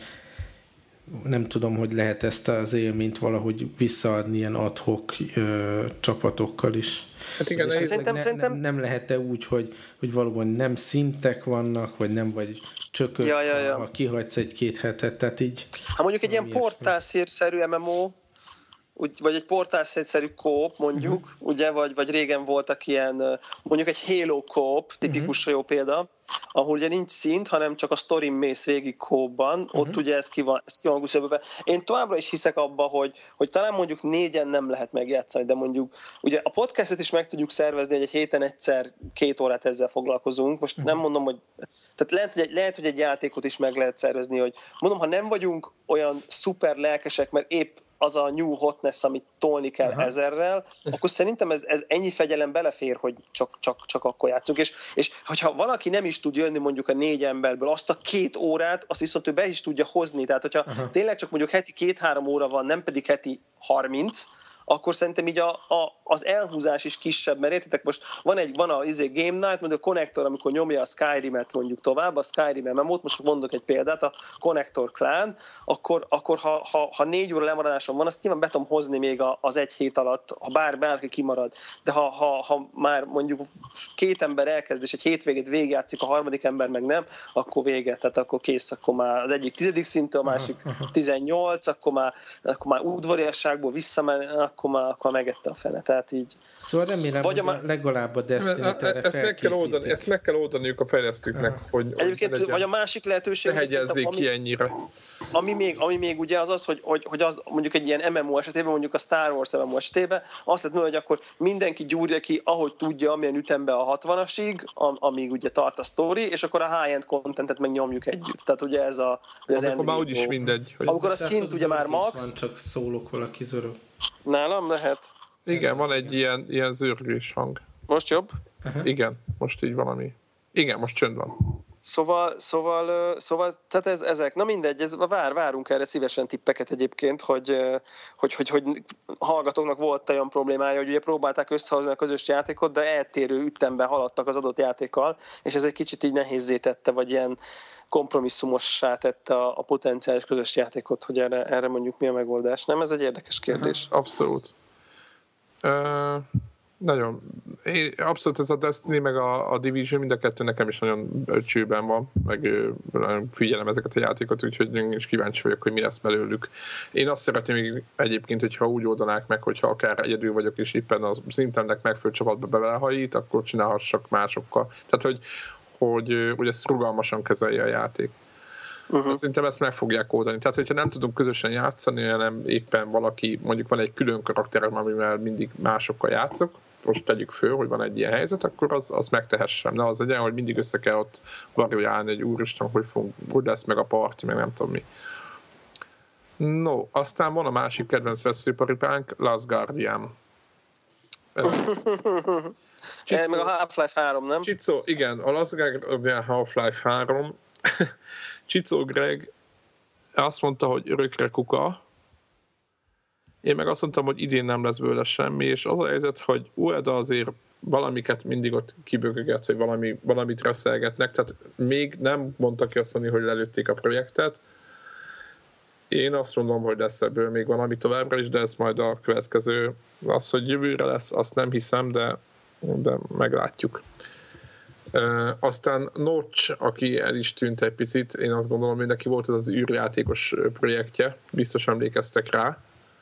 nem tudom, hogy lehet ezt az élményt valahogy visszaadni ilyen ad-hoc ö, csapatokkal is. Hát igen, ne, szerintem, ne, szerintem... Nem, nem lehet-e úgy, hogy, hogy valóban nem szintek vannak, vagy nem vagy csökök, ja, ja, ja. ha kihagysz egy-két hetet, tehát így... Hát mondjuk egy ilyen portálszerű em em o, úgy, vagy egy portálszerű co-op mondjuk, uh-huh. ugye, vagy, vagy régen voltak ilyen, mondjuk egy Halo co-op, tipikus uh-huh. jó példa, ahol ugye nincs szint, hanem csak a sztorin mész végig co-opban, uh-huh. ott ugye ez ki van, ez ki van guszöbölve. Én továbbra is hiszek abba, hogy, hogy talán mondjuk négyen nem lehet megjátszani, de mondjuk ugye a podcastet is meg tudjuk szervezni, hogy egy héten egyszer két órát ezzel foglalkozunk. Most uh-huh. nem mondom, hogy tehát lehet hogy, egy, lehet, hogy egy játékot is meg lehet szervezni, hogy mondom, ha nem vagyunk olyan szuper lelkesek, mert épp az a new hotness, amit tolni kell uh-huh. ezerrel, akkor szerintem ez, ez ennyi fegyelem belefér, hogy csak, csak, csak akkor játszunk. És, és hogyha valaki nem is tud jönni mondjuk a négy emberből, azt a két órát, azt viszont ő be is tudja hozni. Tehát, hogyha uh-huh. tényleg csak mondjuk heti két-három óra van, nem pedig heti harminc, akkor szerintem így a, a, az elhúzás is kisebb, mert értitek, most van egy van a izé, Game Night, mondjuk a Connector, amikor nyomja a Skyrim-et mondjuk tovább, a Skyrim em em o-t, most mondok egy példát, a Connector Clan, akkor, akkor ha, ha, ha négy óra lemaradáson van, azt nyilván be tudom hozni még az egy hét alatt, ha bár bárki kimarad, de ha, ha, ha már mondjuk két ember elkezd, és egy hétvégét végigjátszik, a harmadik ember meg nem, akkor vége, tehát akkor kész, akkor már az egyik tizedik szintű, a másik tizennyolc, akkor már, akkor már udvariasságból visszamen, akkor már, akkor megette a fene, tehát így. Szóval remélem, hogy a, legalább a Destiny-t erre ezt meg kell oldani, ezt meg kell oldaniuk a fejlesztőknek, ah. hogy, egyébként, hogy vagy a másik lehetőség, ne hegyezzék ki ennyire. Ami még, ami még ugye az az, hogy, hogy, hogy az mondjuk egy ilyen em em o esetében, mondjuk a Star Wars em em o esetében, azt lehet mondani, hogy akkor mindenki gyúrja ki, ahogy tudja, amilyen ütembe a hatvanasig, amíg ugye tart a sztori, és akkor a high-end contentet meg nyomjuk együtt. Tehát ugye ez a... Ez amikor már úgyis mindegy. Hogy amikor a szint ugye már max... Van, csak szólok valaki zörög. Nálam lehet. Igen, van egy ilyen, ilyen zörgés hang. Most jobb? Uh-huh. Igen, most így valami. Igen, most csönd van. Szóval, szóval, szóval tehát ez, ezek, na mindegy, ez, vár, várunk erre szívesen tippeket egyébként, hogy, hogy, hogy, hogy hallgatóknak volt olyan problémája, hogy ugye próbálták összehozni a közös játékot, de eltérő ütemben haladtak az adott játékkal, és ez egy kicsit így nehézzé tette, vagy ilyen kompromisszumossá tette a, a potenciális közös játékot, hogy erre, erre mondjuk mi a megoldás. Nem? Ez egy érdekes kérdés. Abszolút. Uh... Nagyon. Én, abszolút ez a Destiny meg a, a Division, mind a kettő nekem is nagyon csőben van, meg nagyon figyelem ezeket a játékokat, úgyhogy én is kíváncsi vagyok, hogy mi lesz belőlük. Én azt szeretném egyébként, hogyha úgy oldanák meg, hogyha akár egyedül vagyok, és éppen a szintemnek megfelelő csapatba belehajít, akkor csinálhassak másokkal. Tehát, hogy, hogy, hogy ezt rugalmasan kezelje a játék. Uh-huh. Szerintem ezt meg fogják oldani. Tehát, hogyha nem tudunk közösen játszani, hanem éppen valaki, mondjuk van egy külön karakterem, amivel mindig másokkal játszok, most tegyük föl, hogy van egy ilyen helyzet, akkor az, az megtehessem. Ne az legyen, hogy mindig össze kell ott variálni, egy úristen, hogy, fog, hogy lesz meg a party, meg nem tudom mi. No, aztán van a másik kedvenc veszőparipánk, Last Guardian. Csicó, meg a Half-Life három, nem? Csicó, igen, a Last Guardian Half-Life három. Csicó Greg azt mondta, hogy örökre kuka. Én meg azt mondtam, hogy idén nem lesz bőle semmi, és az a helyzet, hogy Ueda azért valamiket mindig ott kibögöget, hogy valami, valamit reszelgetnek, tehát még nem mondta ki azt mondani, hogy lelőtték a projektet. Én azt mondom, hogy lesz ebből még valami továbbra is, de ez majd a következő. Az, hogy jövőre lesz, azt nem hiszem, de, de meglátjuk. Uh, aztán Notch, aki el is tűnt egy picit, én azt gondolom, hogy neki volt ez az űrjátékos projektje, biztos emlékeztek rá,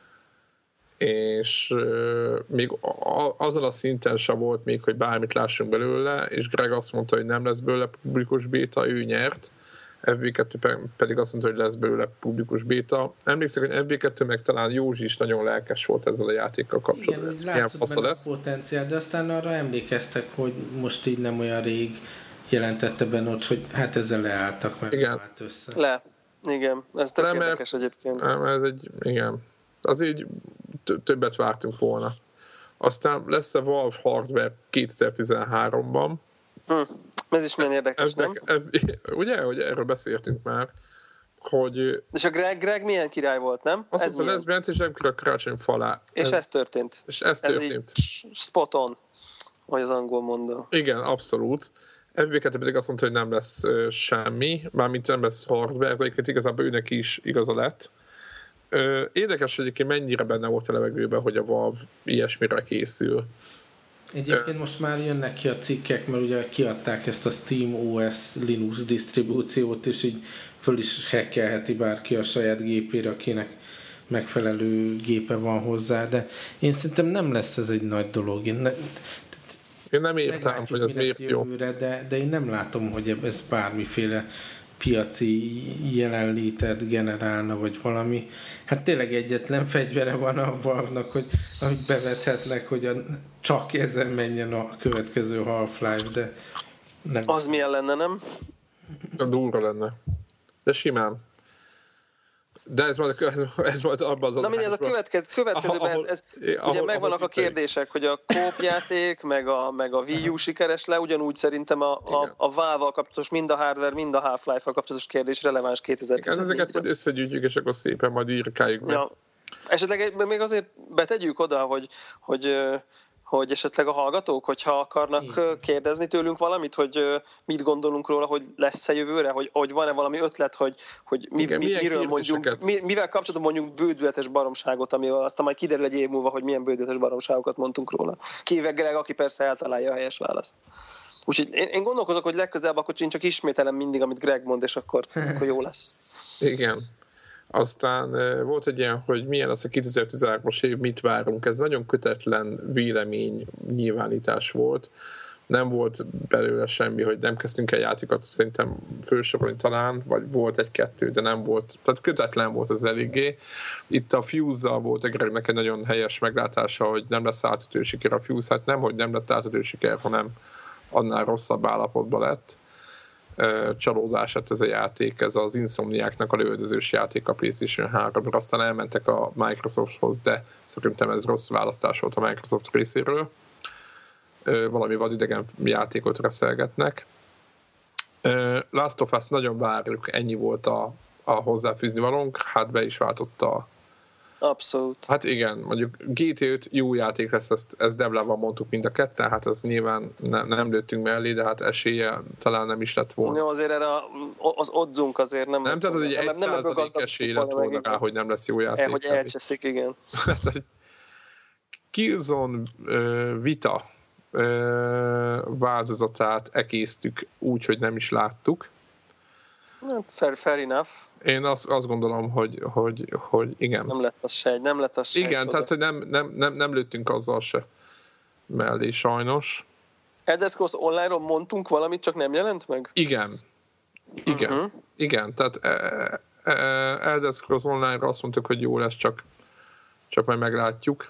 és uh, még a, azon a szinten sem volt még, hogy bármit lássunk belőle, és Greg azt mondta, hogy nem lesz belőle publikus béta, ő nyert, ef bé kettő pedig azt mondta, hogy lesz belőle publikus béta. Emlékszem, hogy ef bé kettő meg talán Józsi is nagyon lelkes volt ezzel a játékkal kapcsolatban. Igen, látszott benne lesz. A potenciál, de aztán arra emlékeztek, hogy most így nem olyan rég jelentette benne ott, hogy hát ezzel leálltak, mert igen. vált össze. Le. Igen, ez tök nem, érdekes egyébként. Nem, ez egy, igen. Az így többet vártunk volna. Aztán lesz a Valve Hardware kétezer-tizenháromban. Hm. Ez is milyen érdekes, Ebbe, nem? Ebbe, ugye, hogy erről beszéltünk már, hogy... És a Greg, Greg milyen király volt, nem? Azt mondta, lesz bent, és nem kell a karácsony falá. És ez, ez történt. És ez történt. Ez így spot on, ahogy az angol mondó. Igen, abszolút. ef bé kettő pedig azt mondta, hogy nem lesz uh, semmi, mármint nem lesz hardware, de egyébként igazából őnek is igaza lett. Uh, érdekes, hogy egyébként mennyire benne volt a levegőben, hogy a Valve ilyesmire készül. Egyébként most már jönnek ki a cikkek, mert ugye kiadták ezt a SteamOS Linux disztribúciót, és így föl is hackelheti bárki a saját gépére, akinek megfelelő gépe van hozzá, de én szerintem nem lesz ez egy nagy dolog. Én, ne, én nem értem, hogy ez miért jó. Jövőre, de, de én nem látom, hogy ez bármiféle piaci jelenlétet generálna, vagy valami. Hát tényleg egyetlen fegyvere van a Valve-nak, hogy amit bevethetnek, hogy a, csak ezen menjen a következő Half-Life, de nem. Az milyen lenne, nem? Durva lenne. De simán. De ez majd, ez, ez majd abban az Na mindegy, ez a következő, következőben, ez, ez ahol, ugye megvannak a kérdések, hogy a kóp játék, meg a, meg a Wii U sikeres le, ugyanúgy szerintem a, a, a Valve-val kapcsolatos, mind a hardware, mind a Half-Life-val kapcsolatos kérdés releváns kétezer-tizennégyre. Ezeket majd összegyűjtjük, és akkor szépen majd írkáljuk meg. Ja. Esetleg még azért betegyük oda, hogy, hogy hogy esetleg a hallgatók, hogyha akarnak igen. kérdezni tőlünk valamit, hogy mit gondolunk róla, hogy lesz-e jövőre, hogy, hogy van-e valami ötlet, hogy, hogy mi, igen, mi, miről mondjunk, mi, mivel kapcsolatban mondjunk bődületes baromságot, amivel aztán majd kiderül egy év múlva, hogy milyen bődületes baromságokat mondtunk róla. Kivéve Greg, aki persze eltalálja a helyes választ. Úgyhogy én, én gondolkozok, hogy legközelebb akkor én csak ismételem mindig, amit Greg mond, és akkor, akkor jó lesz. Igen. Aztán volt egy ilyen, hogy milyen az a kétezer-tizenhármas év, mit várunk. Ez nagyon kötetlen vélemény nyilvánítás volt. Nem volt belőle semmi, hogy nem kezdtünk el játékokat, szerintem fősorolni talán, vagy volt egy-kettő, de nem volt. Tehát kötetlen volt az eléggé. Itt a Fuse-zal volt a Gregnek egy nagyon helyes meglátása, hogy nem lesz átütő siker a Fuse. Hát nem, hogy nem lett átütő siker, hanem annál rosszabb állapotban lett. Csalódás lett ez a játék, ez az Insomniáknak a lövöldözős játék a PlayStation háromra, aztán elmentek a Microsofthoz, de szerintem ez rossz választás volt a Microsoft részéről. Valami vadidegen játékot reszelgetnek. Uh, Last of Us nagyon várjuk, ennyi volt a, a hozzáfűzni valónk, hát be is váltotta a... Abszolút. Hát igen, mondjuk gé té öt jó játék lesz, ezt, ezt Devlával mondtuk mind a ketten, hát ez nyilván ne, nem lőttünk mellé, de hát esélye talán nem is lett volna. Jó, azért erre az oddzunk azért nem... Nem, tehát az egy egy százalék esély lett volna rá, hogy nem lesz jó játék. El, hogy elcseszik, igen. Killzone uh, Vita uh, változatát ekésztük úgy, hogy nem is láttuk. Hát fair, fair enough. Én azt, azt gondolom, hogy, hogy, hogy igen. Nem lett az se, nem lett az se. Igen, oda. Tehát hogy nem, nem, nem, nem lőttünk azzal se mellé, sajnos. Elder Scrolls Online-ról mondtunk valamit, csak nem jelent meg? Igen. Igen. Uh-huh. Igen, tehát Elder Scrolls Online-ra azt mondtuk, hogy jó lesz, csak, csak majd meglátjuk.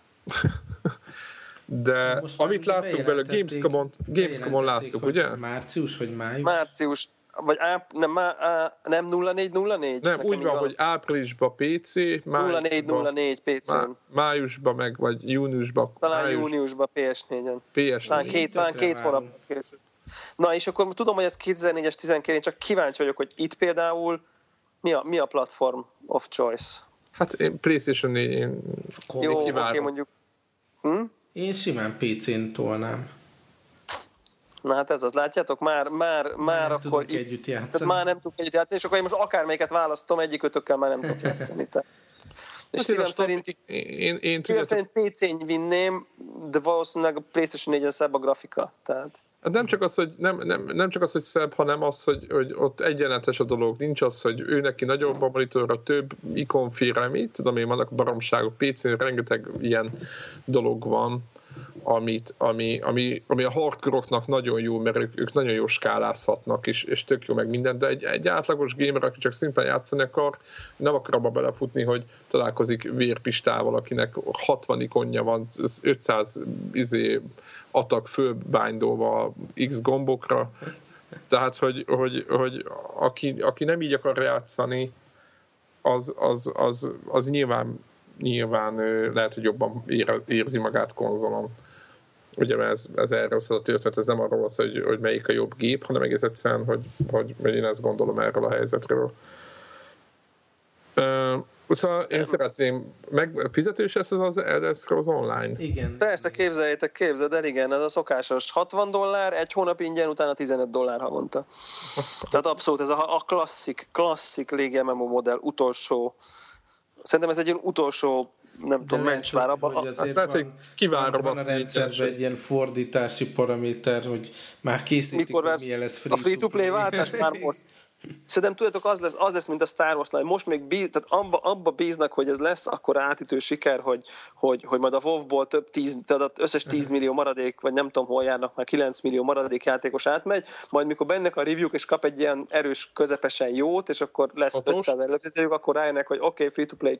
De most amit láttuk belőle, Gamescom-on, Gamescom-on láttuk, ugye? Március vagy május? Március. Vagy áp, nem, á, nem nulla négy nulla négy? Nem, nekem úgy van, hogy áprilisban pé cé, nulla négy nulla négy pé cén. Má, májusban meg, vagy júniusban. Talán május, júniusban pé es négyen. pé es négy. Talán két, talán két hónap később. Na és akkor tudom, hogy ez kétezer-négyes tizenkét, én csak kíváncsi vagyok, hogy itt például mi a, mi a platform of choice? Hát én PlayStation négy, én jó, oké, okay, mondjuk. Hm? Én simán pé cén tolnám. Na hát ez az, látjátok, már, már, már nem akkor... Itt, együtt játszani. Már nem tudok együtt játszani, és akkor én most akármelyiket választom, egyik ötökkel már nem tudok játszani. Te. És hát szívem szerint, én, én szívem szerint pé cén vinném, de valószínűleg a PlayStation négyen szebb a grafika. Tehát... Nem csak az, hogy, nem, nem, nem csak az, hogy szebb, hanem az, hogy, hogy ott egyenletes a dolog. Nincs az, hogy ő neki nagyobb a monitorra, több ikonféle, mit tudom én, vannak baromságok. pé cén rengeteg ilyen dolog van, amit, ami, ami, ami a hardcore-oknak nagyon jó, mert ők, ők nagyon jó skálázhatnak, és, és tök jó meg minden, de egy, egy átlagos gamer, aki csak szimplán játszani akar, nem akar abba belefutni, hogy találkozik vérpistával, akinek hatvan ikonja van, ötszáz izé, atak fölbándolva X gombokra, tehát, hogy, hogy, hogy aki, aki nem így akar játszani, az, az, az, az nyilván nyilván lehet, hogy jobban érzi magát konzolon. Ugye ez, ez erről szól a történet, ez nem arról az, hogy, hogy melyik a jobb gép, hanem egész egyszerűen, hogy, hogy, hogy én ezt gondolom erről a helyzetről. Uh, szóval én szeretném, meg fizetős lesz ez az Elder Scrolls Online? Igen. Persze, képzeljétek, képzeld el, igen, ez a szokásos hatvan dollár, egy hónap ingyen, utána tizenöt dollár havonta. Tehát abszolút ez a, a klasszik, klasszik League em em o modell, utolsó. Szerintem ez egy ilyen utolsó, nem de tudom, mencsvár. Lehet, hogy kivárom van a rendszerben egy ilyen fordítási paraméter, hogy már készítik, mikor hogy milyen lesz free-to-play. A free-to-play váltás már most. Szerintem tudjátok, az lesz, az lesz, mint a Star Wars Line. Most még bíz, tehát abba, abba bíznak, hogy ez lesz, akkor átütő siker, hogy, hogy, hogy majd a WoW-ból több tíz, tehát az összes tíz millió maradék, vagy nem tudom, hol járnak, már kilenc millió maradék játékos átmegy, majd mikor bennek a review-k, és kap egy ilyen erős, közepesen jót, és akkor lesz ötszáz előfizetőjük, akkor rájönnek, hogy oké, okay, free-to-play.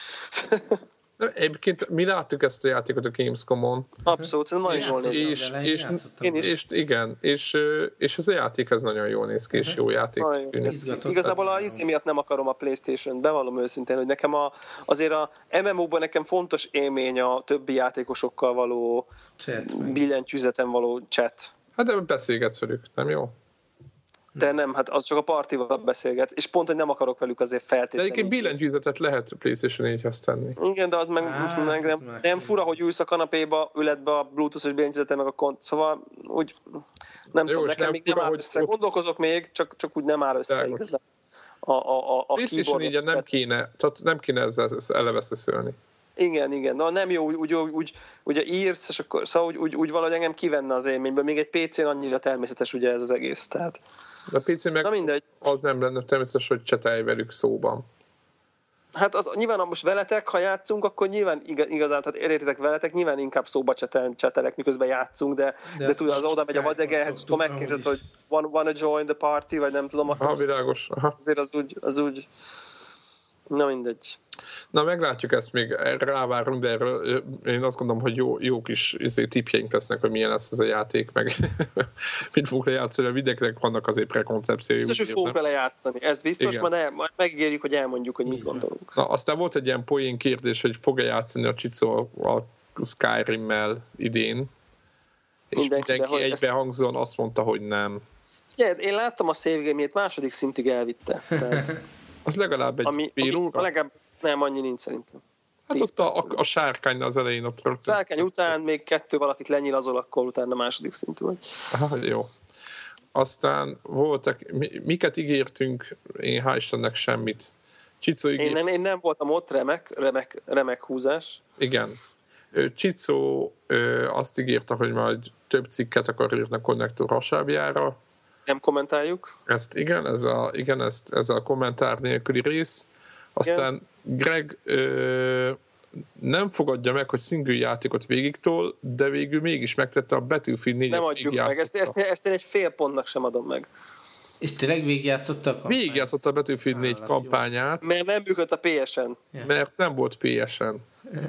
Egyébként mi láttuk ezt a játékot a Gamescom-on. Abszolút, ez nagyon jól néz ki. És, és, és, és, igen, és, és ez a játék ez nagyon jól néz ki, és jó játék. Igazából a izé miatt nem akarom a PlayStation-t, bevallom őszintén, hogy nekem a, azért a em em o-ban nekem fontos élmény a többi játékosokkal való billentyűzeten való chat. Hát de beszélgetsz velük, nem jó? De nem, hát az csak a partival beszélget, és pont, hogy nem akarok velük azért feltétlenül. De egyébként billentyűzetet lehet PlayStation négyhez tenni. Igen, de az meg, hát, meg nem, nem fura, hogy ülsz a kanapéba, üled be a Bluetooth-os billentyűzetet, meg a kont, szóval úgy nem jó, tudom, nekem nem még fura, nem áll össze. Ott... Gondolkozok még, csak, csak úgy nem áll össze igazán. A, a, a, a PlayStation négyen nem kéne, tehát nem kéne ezzel eleve szeszölni. Igen, igen. Na nem jó, úgy, úgy, úgy ugye írsz, és akkor szóval úgy, úgy, úgy valahogy engem kivenne az élményből. Még egy pé cén annyira természetes ugye ez az egész, tehát... De a pé cé meg az nem lenne természetes, hogy csetelj velük szóban. Hát az, nyilván, ha most veletek, ha játszunk, akkor nyilván igazán, tehát értitek veletek, nyilván inkább szóba csetel, csetelek, miközben játszunk, de, de, de tudod, az oda megy a vadegehez, és akkor megkérdezed, hogy wanna, wanna join the party, vagy nem tudom. Aha, világos. Aha. Azért az úgy, az úgy, na mindegy. Na, meglátjuk ezt még, rávárunk, de erről én azt gondolom, hogy jó, jó kis tippjeink lesznek, hogy milyen lesz ez a játék, meg mit fogunk lejátszani, a videóknek vannak azért prekoncepciói. Biztos, hogy fogunk vele játszani, ez biztos, majd, el, majd megígérjük, hogy elmondjuk, hogy mit gondolunk. Na, aztán volt egy ilyen poén kérdés, hogy fog-e játszani a Csicó a Skyrimmel idén, és mindenki, mindenki egybehangzóan azt mondta, hogy nem. Én láttam a save game-ét, második szintig elvitte. Tehát, az legalább egy ami, fél ami, óra? Legalább, nem, annyi nincs szerintem. Hát ott a, a, a sárkány az elején ott rögtön. Sárkány után még kettő valakit lenyilazol, akkor utána második szintű vagy. Aha, jó. Aztán voltak, mi, miket ígértünk, én hál' Istennek semmit. Csicó ígért... én, én nem voltam ott, remek, remek, remek húzás. Igen. Csicó azt ígérte, hogy majd több cikket akar írni a konnektor hasábjára. Nem kommentáljuk. Ezt igen, ez a, igen, ezt, ez a kommentár nélküli rész. Aztán igen. Greg ö, nem fogadja meg, hogy single játékot végigtól, de végül mégis megtette a Battlefield négyet. Nem adjuk meg, ezt, ezt, ezt én egy fél pontnak sem adom meg. És tényleg végigjátszotta a kampányt? Végigjátszotta a Battlefield négy Állat, kampányát. Jó. Mert nem működött a pé es en. Yeah. Mert nem volt pé es en.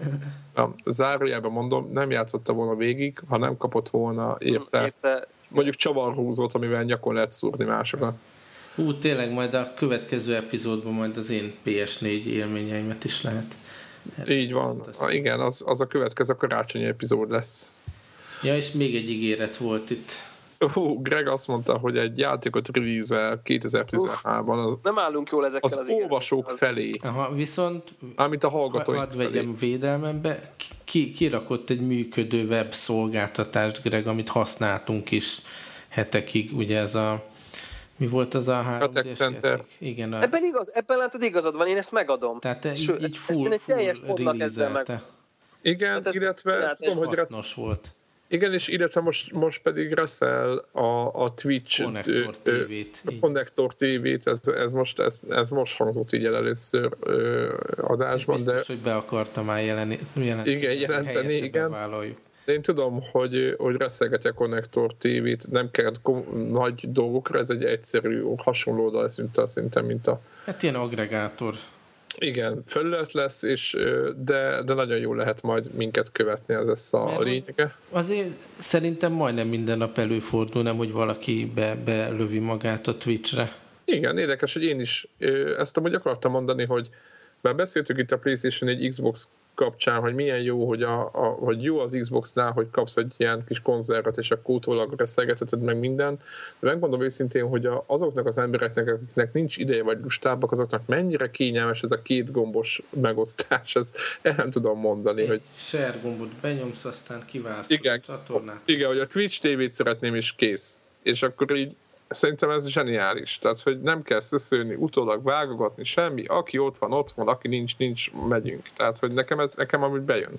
Zárójában mondom, nem játszotta volna végig, ha nem kapott volna érte, érte. mondjuk csavarhúzót, amivel nyakon lehet szúrni másokat. Hú, tényleg majd a következő epizódban majd az én pé es négy élményeimet is lehet. Így van. Ah, igen, az, az a következő karácsonyi epizód lesz. Ja, és még egy ígéret volt itt. Uh, Greg azt mondta, hogy egy játékot release-el kétezer-tizenháromban. Az, nem állunk jól ezekkel az, az olvasók felé. Aha, viszont Amit a hallgatóink hadd vegyem védelmembe, ki, kirakott egy működő webszolgáltatást, Greg, amit használtunk is hetekig, ugye ez a mi volt az a három dés játék? Igen. A... Ebben, igaz, ebben látod igazad van, én ezt megadom. Tehát így, Sőt, így full, ezt egy teljes pontnak ezzel meg. Igen, hát illetve tudom, hogy hasznos volt. Igen, és illetve most, most pedig reszel a, a Twitch Connector té vét. Connector té vét, ez, ez, most, ez, ez most hangzott így el először ö, adásban. Biztos, de... hogy be akartam már jeleni, jelenteni. Igen, jelenteni, igen. Bevállaljuk. De én tudom, hogy, hogy reszelgeti a Connector té vét, nem kell nagy dolgokra, ez egy egyszerű, hasonló oldal szinte, szinte, mint a... Hát ilyen aggregátor. Igen, felület lesz, és, de, de nagyon jól lehet majd minket követni, ez lesz a Mert lényege. Azért szerintem majdnem minden nap előfordul, nem, hogy valaki be, belövi magát a Twitchre. Igen, érdekes, hogy én is ezt amúgy akartam mondani, hogy már beszéltük itt a PlayStation egy Xbox kapcsán, hogy milyen jó, hogy, a, a, hogy jó az Xboxnál, hogy kapsz egy ilyen kis konzervet, és akkor utólag reszelgetheted meg minden. De megmondom őszintén, hogy a, azoknak az embereknek, akiknek nincs ideje vagy lustábbak, azoknak mennyire kényelmes ez a két gombos megosztás, ez el nem tudom mondani. Egy hogy share gombot benyomsz, aztán kiválasztod igen, a csatornát. Igen, hogy a Twitch té vét szeretném, és kész. És akkor így szerintem ez zseniális. Tehát, hogy nem kell szöszölni, utólag vágogatni, semmi. Aki ott van, ott van, aki nincs, nincs, megyünk. Tehát, hogy nekem ez, nekem amúgy bejön.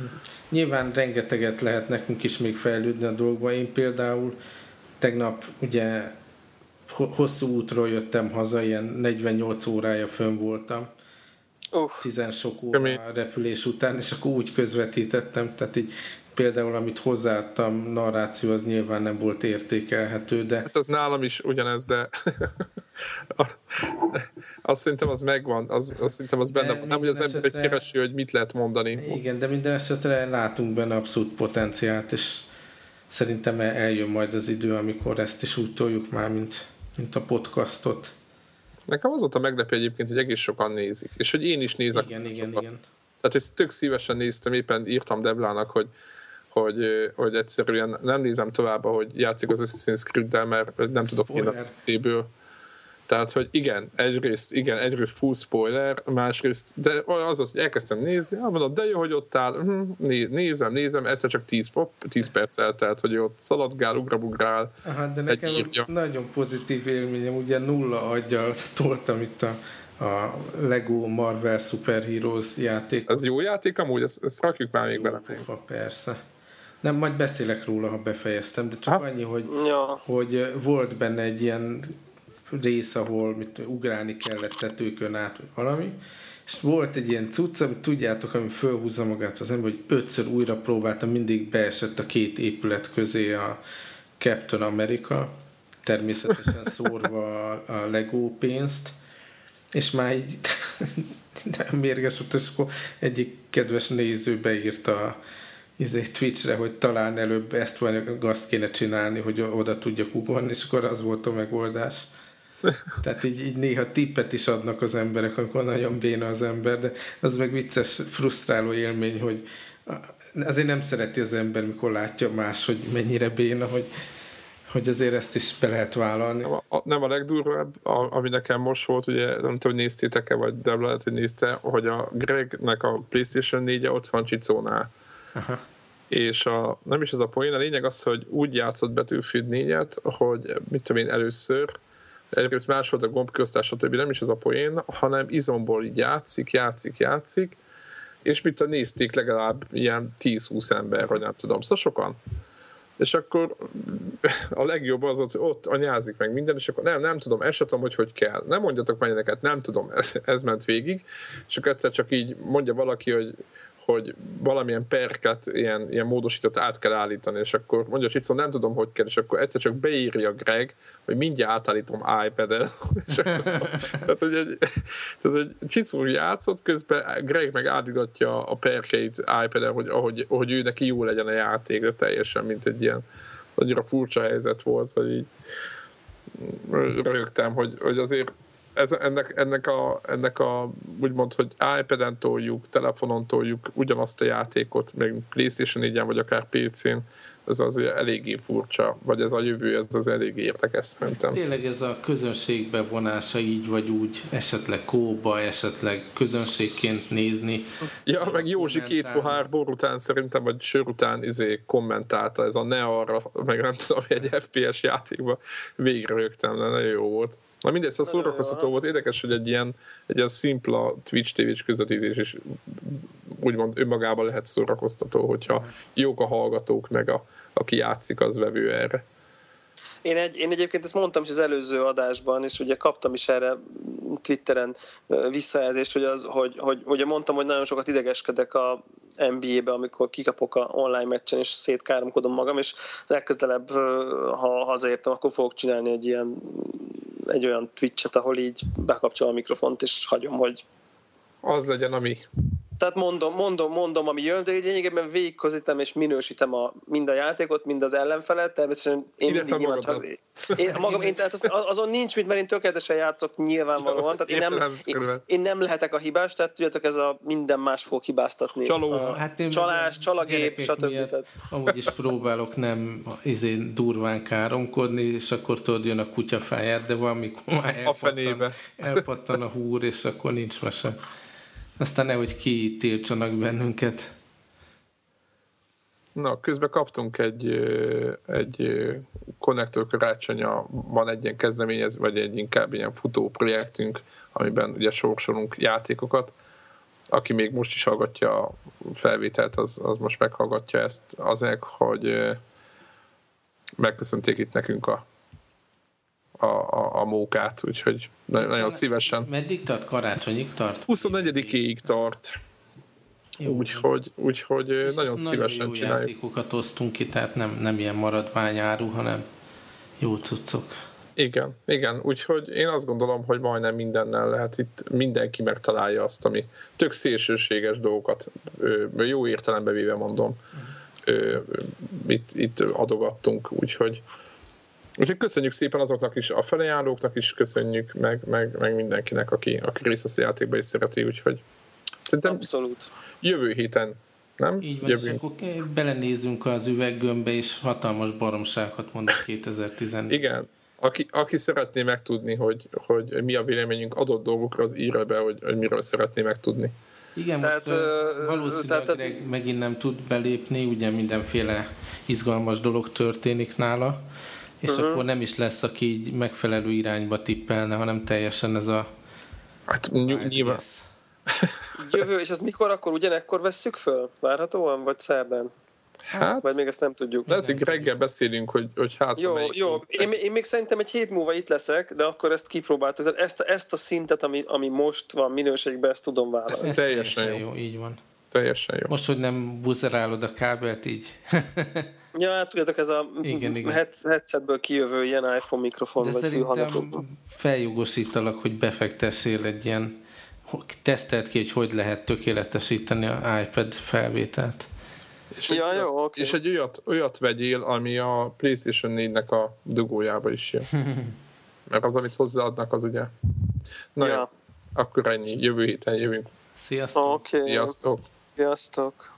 Nyilván rengeteget lehet nekünk is még fejlődni a dolgokba. Én például tegnap ugye hosszú útról jöttem haza, ilyen negyvennyolc órája fönn voltam. Uh, Tizen sok óra repülés után, és akkor úgy közvetítettem, tehát így például, amit hozzáadtam, narráció, az nyilván nem volt értékelhető, de... Hát az nálam is ugyanez, de azt szerintem az megvan, az, azt szerintem az benne van. Nem, hogy az ember egy kereső, hogy mit lehet mondani. Igen, de minden esetre látunk benne abszolút potenciált, és szerintem eljön majd az idő, amikor ezt is úgy toljuk már, mint, mint a podcastot. Nekem az volt a meglepő egyébként, hogy egész sokan nézik, és hogy én is nézek. Igen, igen, sokat. igen. Tehát ezt tök szívesen néztem, éppen írtam Deblának, hogy Hogy, hogy egyszerűen nem nézem tovább, hogy játszik az Assassin's Creed-del, mert nem tudok én a pé céből. Tehát, hogy igen, egyrészt, igen, egyrészt full spoiler, másrészt, de az az, hogy elkezdtem nézni, mondom, de jó, hogy ott áll, nézem, nézem, egyszer csak tíz perc eltelt, hogy ott szaladgál, ugrabugrál. Aha, de nekem nagyon pozitív élményem, ugye nulla aggyal toltam itt a a Lego Marvel Super Heroes játék. Ez jó játék amúgy? Ezt, ezt rakjuk már még bele. Pufa, persze. Nem, majd beszélek róla, ha befejeztem, de csak ha? annyi, hogy, ja. hogy volt benne egy ilyen rész, ahol mit, ugrálni kellett tetőkön át, valami, és volt egy ilyen cucc, amit tudjátok, ami fölhúzza magát az ember, hogy ötször újra próbáltam, mindig beesett a két épület közé a Captain America, természetesen szórva a Lego pénzt, és már így nem mérges volt, és akkor egyik kedves néző beírta izé, Twitchre, hogy talán előbb ezt vagy azt kéne csinálni, hogy oda tudjak ugorni, és akkor az volt a megoldás. Tehát így, így néha tippet is adnak az emberek, amikor nagyon béna az ember, de az meg vicces, frusztráló élmény, hogy azért nem szereti az ember, mikor látja más, hogy mennyire béna, hogy hogy azért ezt is be lehet vállalni. Nem a, nem a legdurvább, a, ami nekem most volt, ugye nem tudom, hogy néztétek-e, vagy de lehet, hogy nézte, hogy a Gregnek a PlayStation négye ott van Csicónál. Aha. És a, nem is ez a poén, a lényeg az, hogy úgy játszott Battlefield négyet, hogy mit tudom én először, egyrészt más volt a gombkiosztás, stb. Nem is ez a poén, hanem izomból így játszik, játszik, játszik, és mit a nézték legalább ilyen tíz-húsz ember, vagy nem tudom, szóval sokan. És akkor a legjobb az ott, hogy ott anyázik meg minden, és akkor nem, nem tudom, ezt sem tudom, hogy hogy kell. Nem mondjatok mennyeket, nem tudom, ez, ez ment végig, és akkor egyszer csak így mondja valaki, hogy hogy valamilyen perket, ilyen, ilyen módosított át kell állítani, és akkor mondja Csicó, nem tudom, hogy kell, és akkor egyszer csak beírja Greg, hogy mindjárt átállítom iPad-en. tehát, hogy egy, tehát, hogy Csicó játszott, közben Greg meg átadja a perkeit iPad-en, hogy ahogy, ahogy ő neki jó legyen a játék, de teljesen, mint egy ilyen annyira furcsa helyzet volt, hogy így rögtem, hogy, hogy azért Ez, ennek, ennek, a, ennek a úgymond, hogy iPad-en toljuk, telefonon toljuk ugyanazt a játékot, meg PlayStation négyen, vagy akár pé cén, ez azért eléggé furcsa, vagy ez a jövő, ez az eléggé érdekes szerintem. Tényleg ez a közönség bevonása így vagy úgy, esetleg kóba, esetleg közönségként nézni. Ja, meg Józsi két pohár bor után szerintem, vagy sör után izé kommentálta, ez a ne arra, meg nem tudom, egy ef pé es játékban végre rögtem, de nagyon jó volt. Na mindegy, szóval szórakoztató volt. Érdekes, hogy egy ilyen, egy ilyen szimpla Twitch té vés közvetítés is úgymond önmagában lehet szórakoztató, hogyha jók a hallgatók, meg a, aki játszik, az vevő erre. Én, egy, én egyébként ezt mondtam is az előző adásban, és ugye kaptam is erre Twitteren visszajelzést, hogy, az, hogy, hogy ugye mondtam, hogy nagyon sokat idegeskedek a en bé á-be, amikor kikapok a online meccsen, és szétkáromkodom magam, és legközelebb, ha hazaértem, akkor fogok csinálni egy ilyen egy olyan Twitch-et, ahol így bekapcsolom a mikrofont, és hagyom, hogy az legyen, ami... Tehát mondom, mondom, mondom, ami jön, de lényegében végigközítem és minősítem a, mind a játékot, mind az ellenfelet, természetesen én Ide mindig nyilván csak... Én, magam, én, tehát az, azon nincs mit, mert én tökéletesen játszok nyilvánvalóan, tehát én nem, én, én nem lehetek a hibás, tehát tudjátok, ez a minden más fog hibáztatni. Csaló. A hát én csalás, csalagép, stb. Amúgy is próbálok nem izén durván káromkodni, és akkor tudod, jön a kutyafáját, de valamikor már elpattan, elpattan a húr, és akkor nincs mese. Aztán nehogy kitiltsanak bennünket. Na, közben kaptunk egy, egy konnektor karácsonya, van egy ilyen kezdeményez, vagy egy inkább ilyen futó projektünk, amiben ugye sorsolunk játékokat. Aki még most is hallgatja a felvételt, az, az most meghallgatja ezt azért, hogy megköszönték itt nekünk a A, a, a mókát, úgyhogy nagyon, nagyon szívesen. Meddig tart? Karácsonyig tart? huszonegyedikéig tart. Úgyhogy úgy, nagyon, nagyon szívesen jó csináljuk. Játékokat osztunk ki, tehát nem, nem ilyen maradványáru, hanem jó cuccok. Igen, igen, úgyhogy én azt gondolom, hogy majdnem mindennel lehet itt mindenki megtalálja azt, ami tök szélsőséges dolgokat, jó értelembe véve mondom, itt, itt adogattunk, úgyhogy Úgyhogy köszönjük szépen azoknak is, a felajánlóknak is köszönjük, meg, meg, meg mindenkinek, aki, aki részt vesz a játékba és szereti, úgyhogy szerintem abszolút. Jövő héten, nem? Így van, jövő. és akkor belenézzünk az üveggömbbe, és hatalmas baromságot mondok kétezer-tizennégy. Igen, aki, aki szeretné megtudni, hogy, hogy mi a véleményünk adott dolgokra, az írja be, hogy, hogy miről szeretné megtudni. Igen, tehát, most uh, valószínűleg tehát, Greg megint nem tud belépni, ugye mindenféle izgalmas dolog történik nála, és uh-huh. akkor nem is lesz, aki így megfelelő irányba tippelne, hanem teljesen ez a... Hát nyilván. Jövő, és ez mikor, akkor ugyanekkor vesszük föl? Várhatóan, vagy szerdán? Hát... Vagy még ezt nem tudjuk. Lehet, hogy reggel beszélünk, hogy, hogy hát... Jó, jó. Én, én még szerintem egy hét múlva itt leszek, de akkor ezt kipróbáltuk. Tehát ezt, ezt a szintet, ami, ami most van minőségben, ezt tudom vállalni. Ez teljesen, teljesen jó. jó. Így van. Teljesen jó. Most, hogy nem buzerálod a kábelt, így... Ja, hát tudjátok, ez a igen, igen. headsetből kijövő ilyen iPhone mikrofon, de vagy fülhallgató. Feljogosítalak, hogy befektessél egy ilyen, tesztelt ki, hogy hogy lehet tökéletesíteni az iPad felvételt. És egy, ja, jó, okay. és egy olyat, olyat vegyél, ami a PlayStation négynek a dugójába is jön. Mert az, amit hozzáadnak, az ugye... Na ja. Jó, akkor ennyi. Jövő héten jövünk. Sziasztok! Okay. Sziasztok! Sziasztok!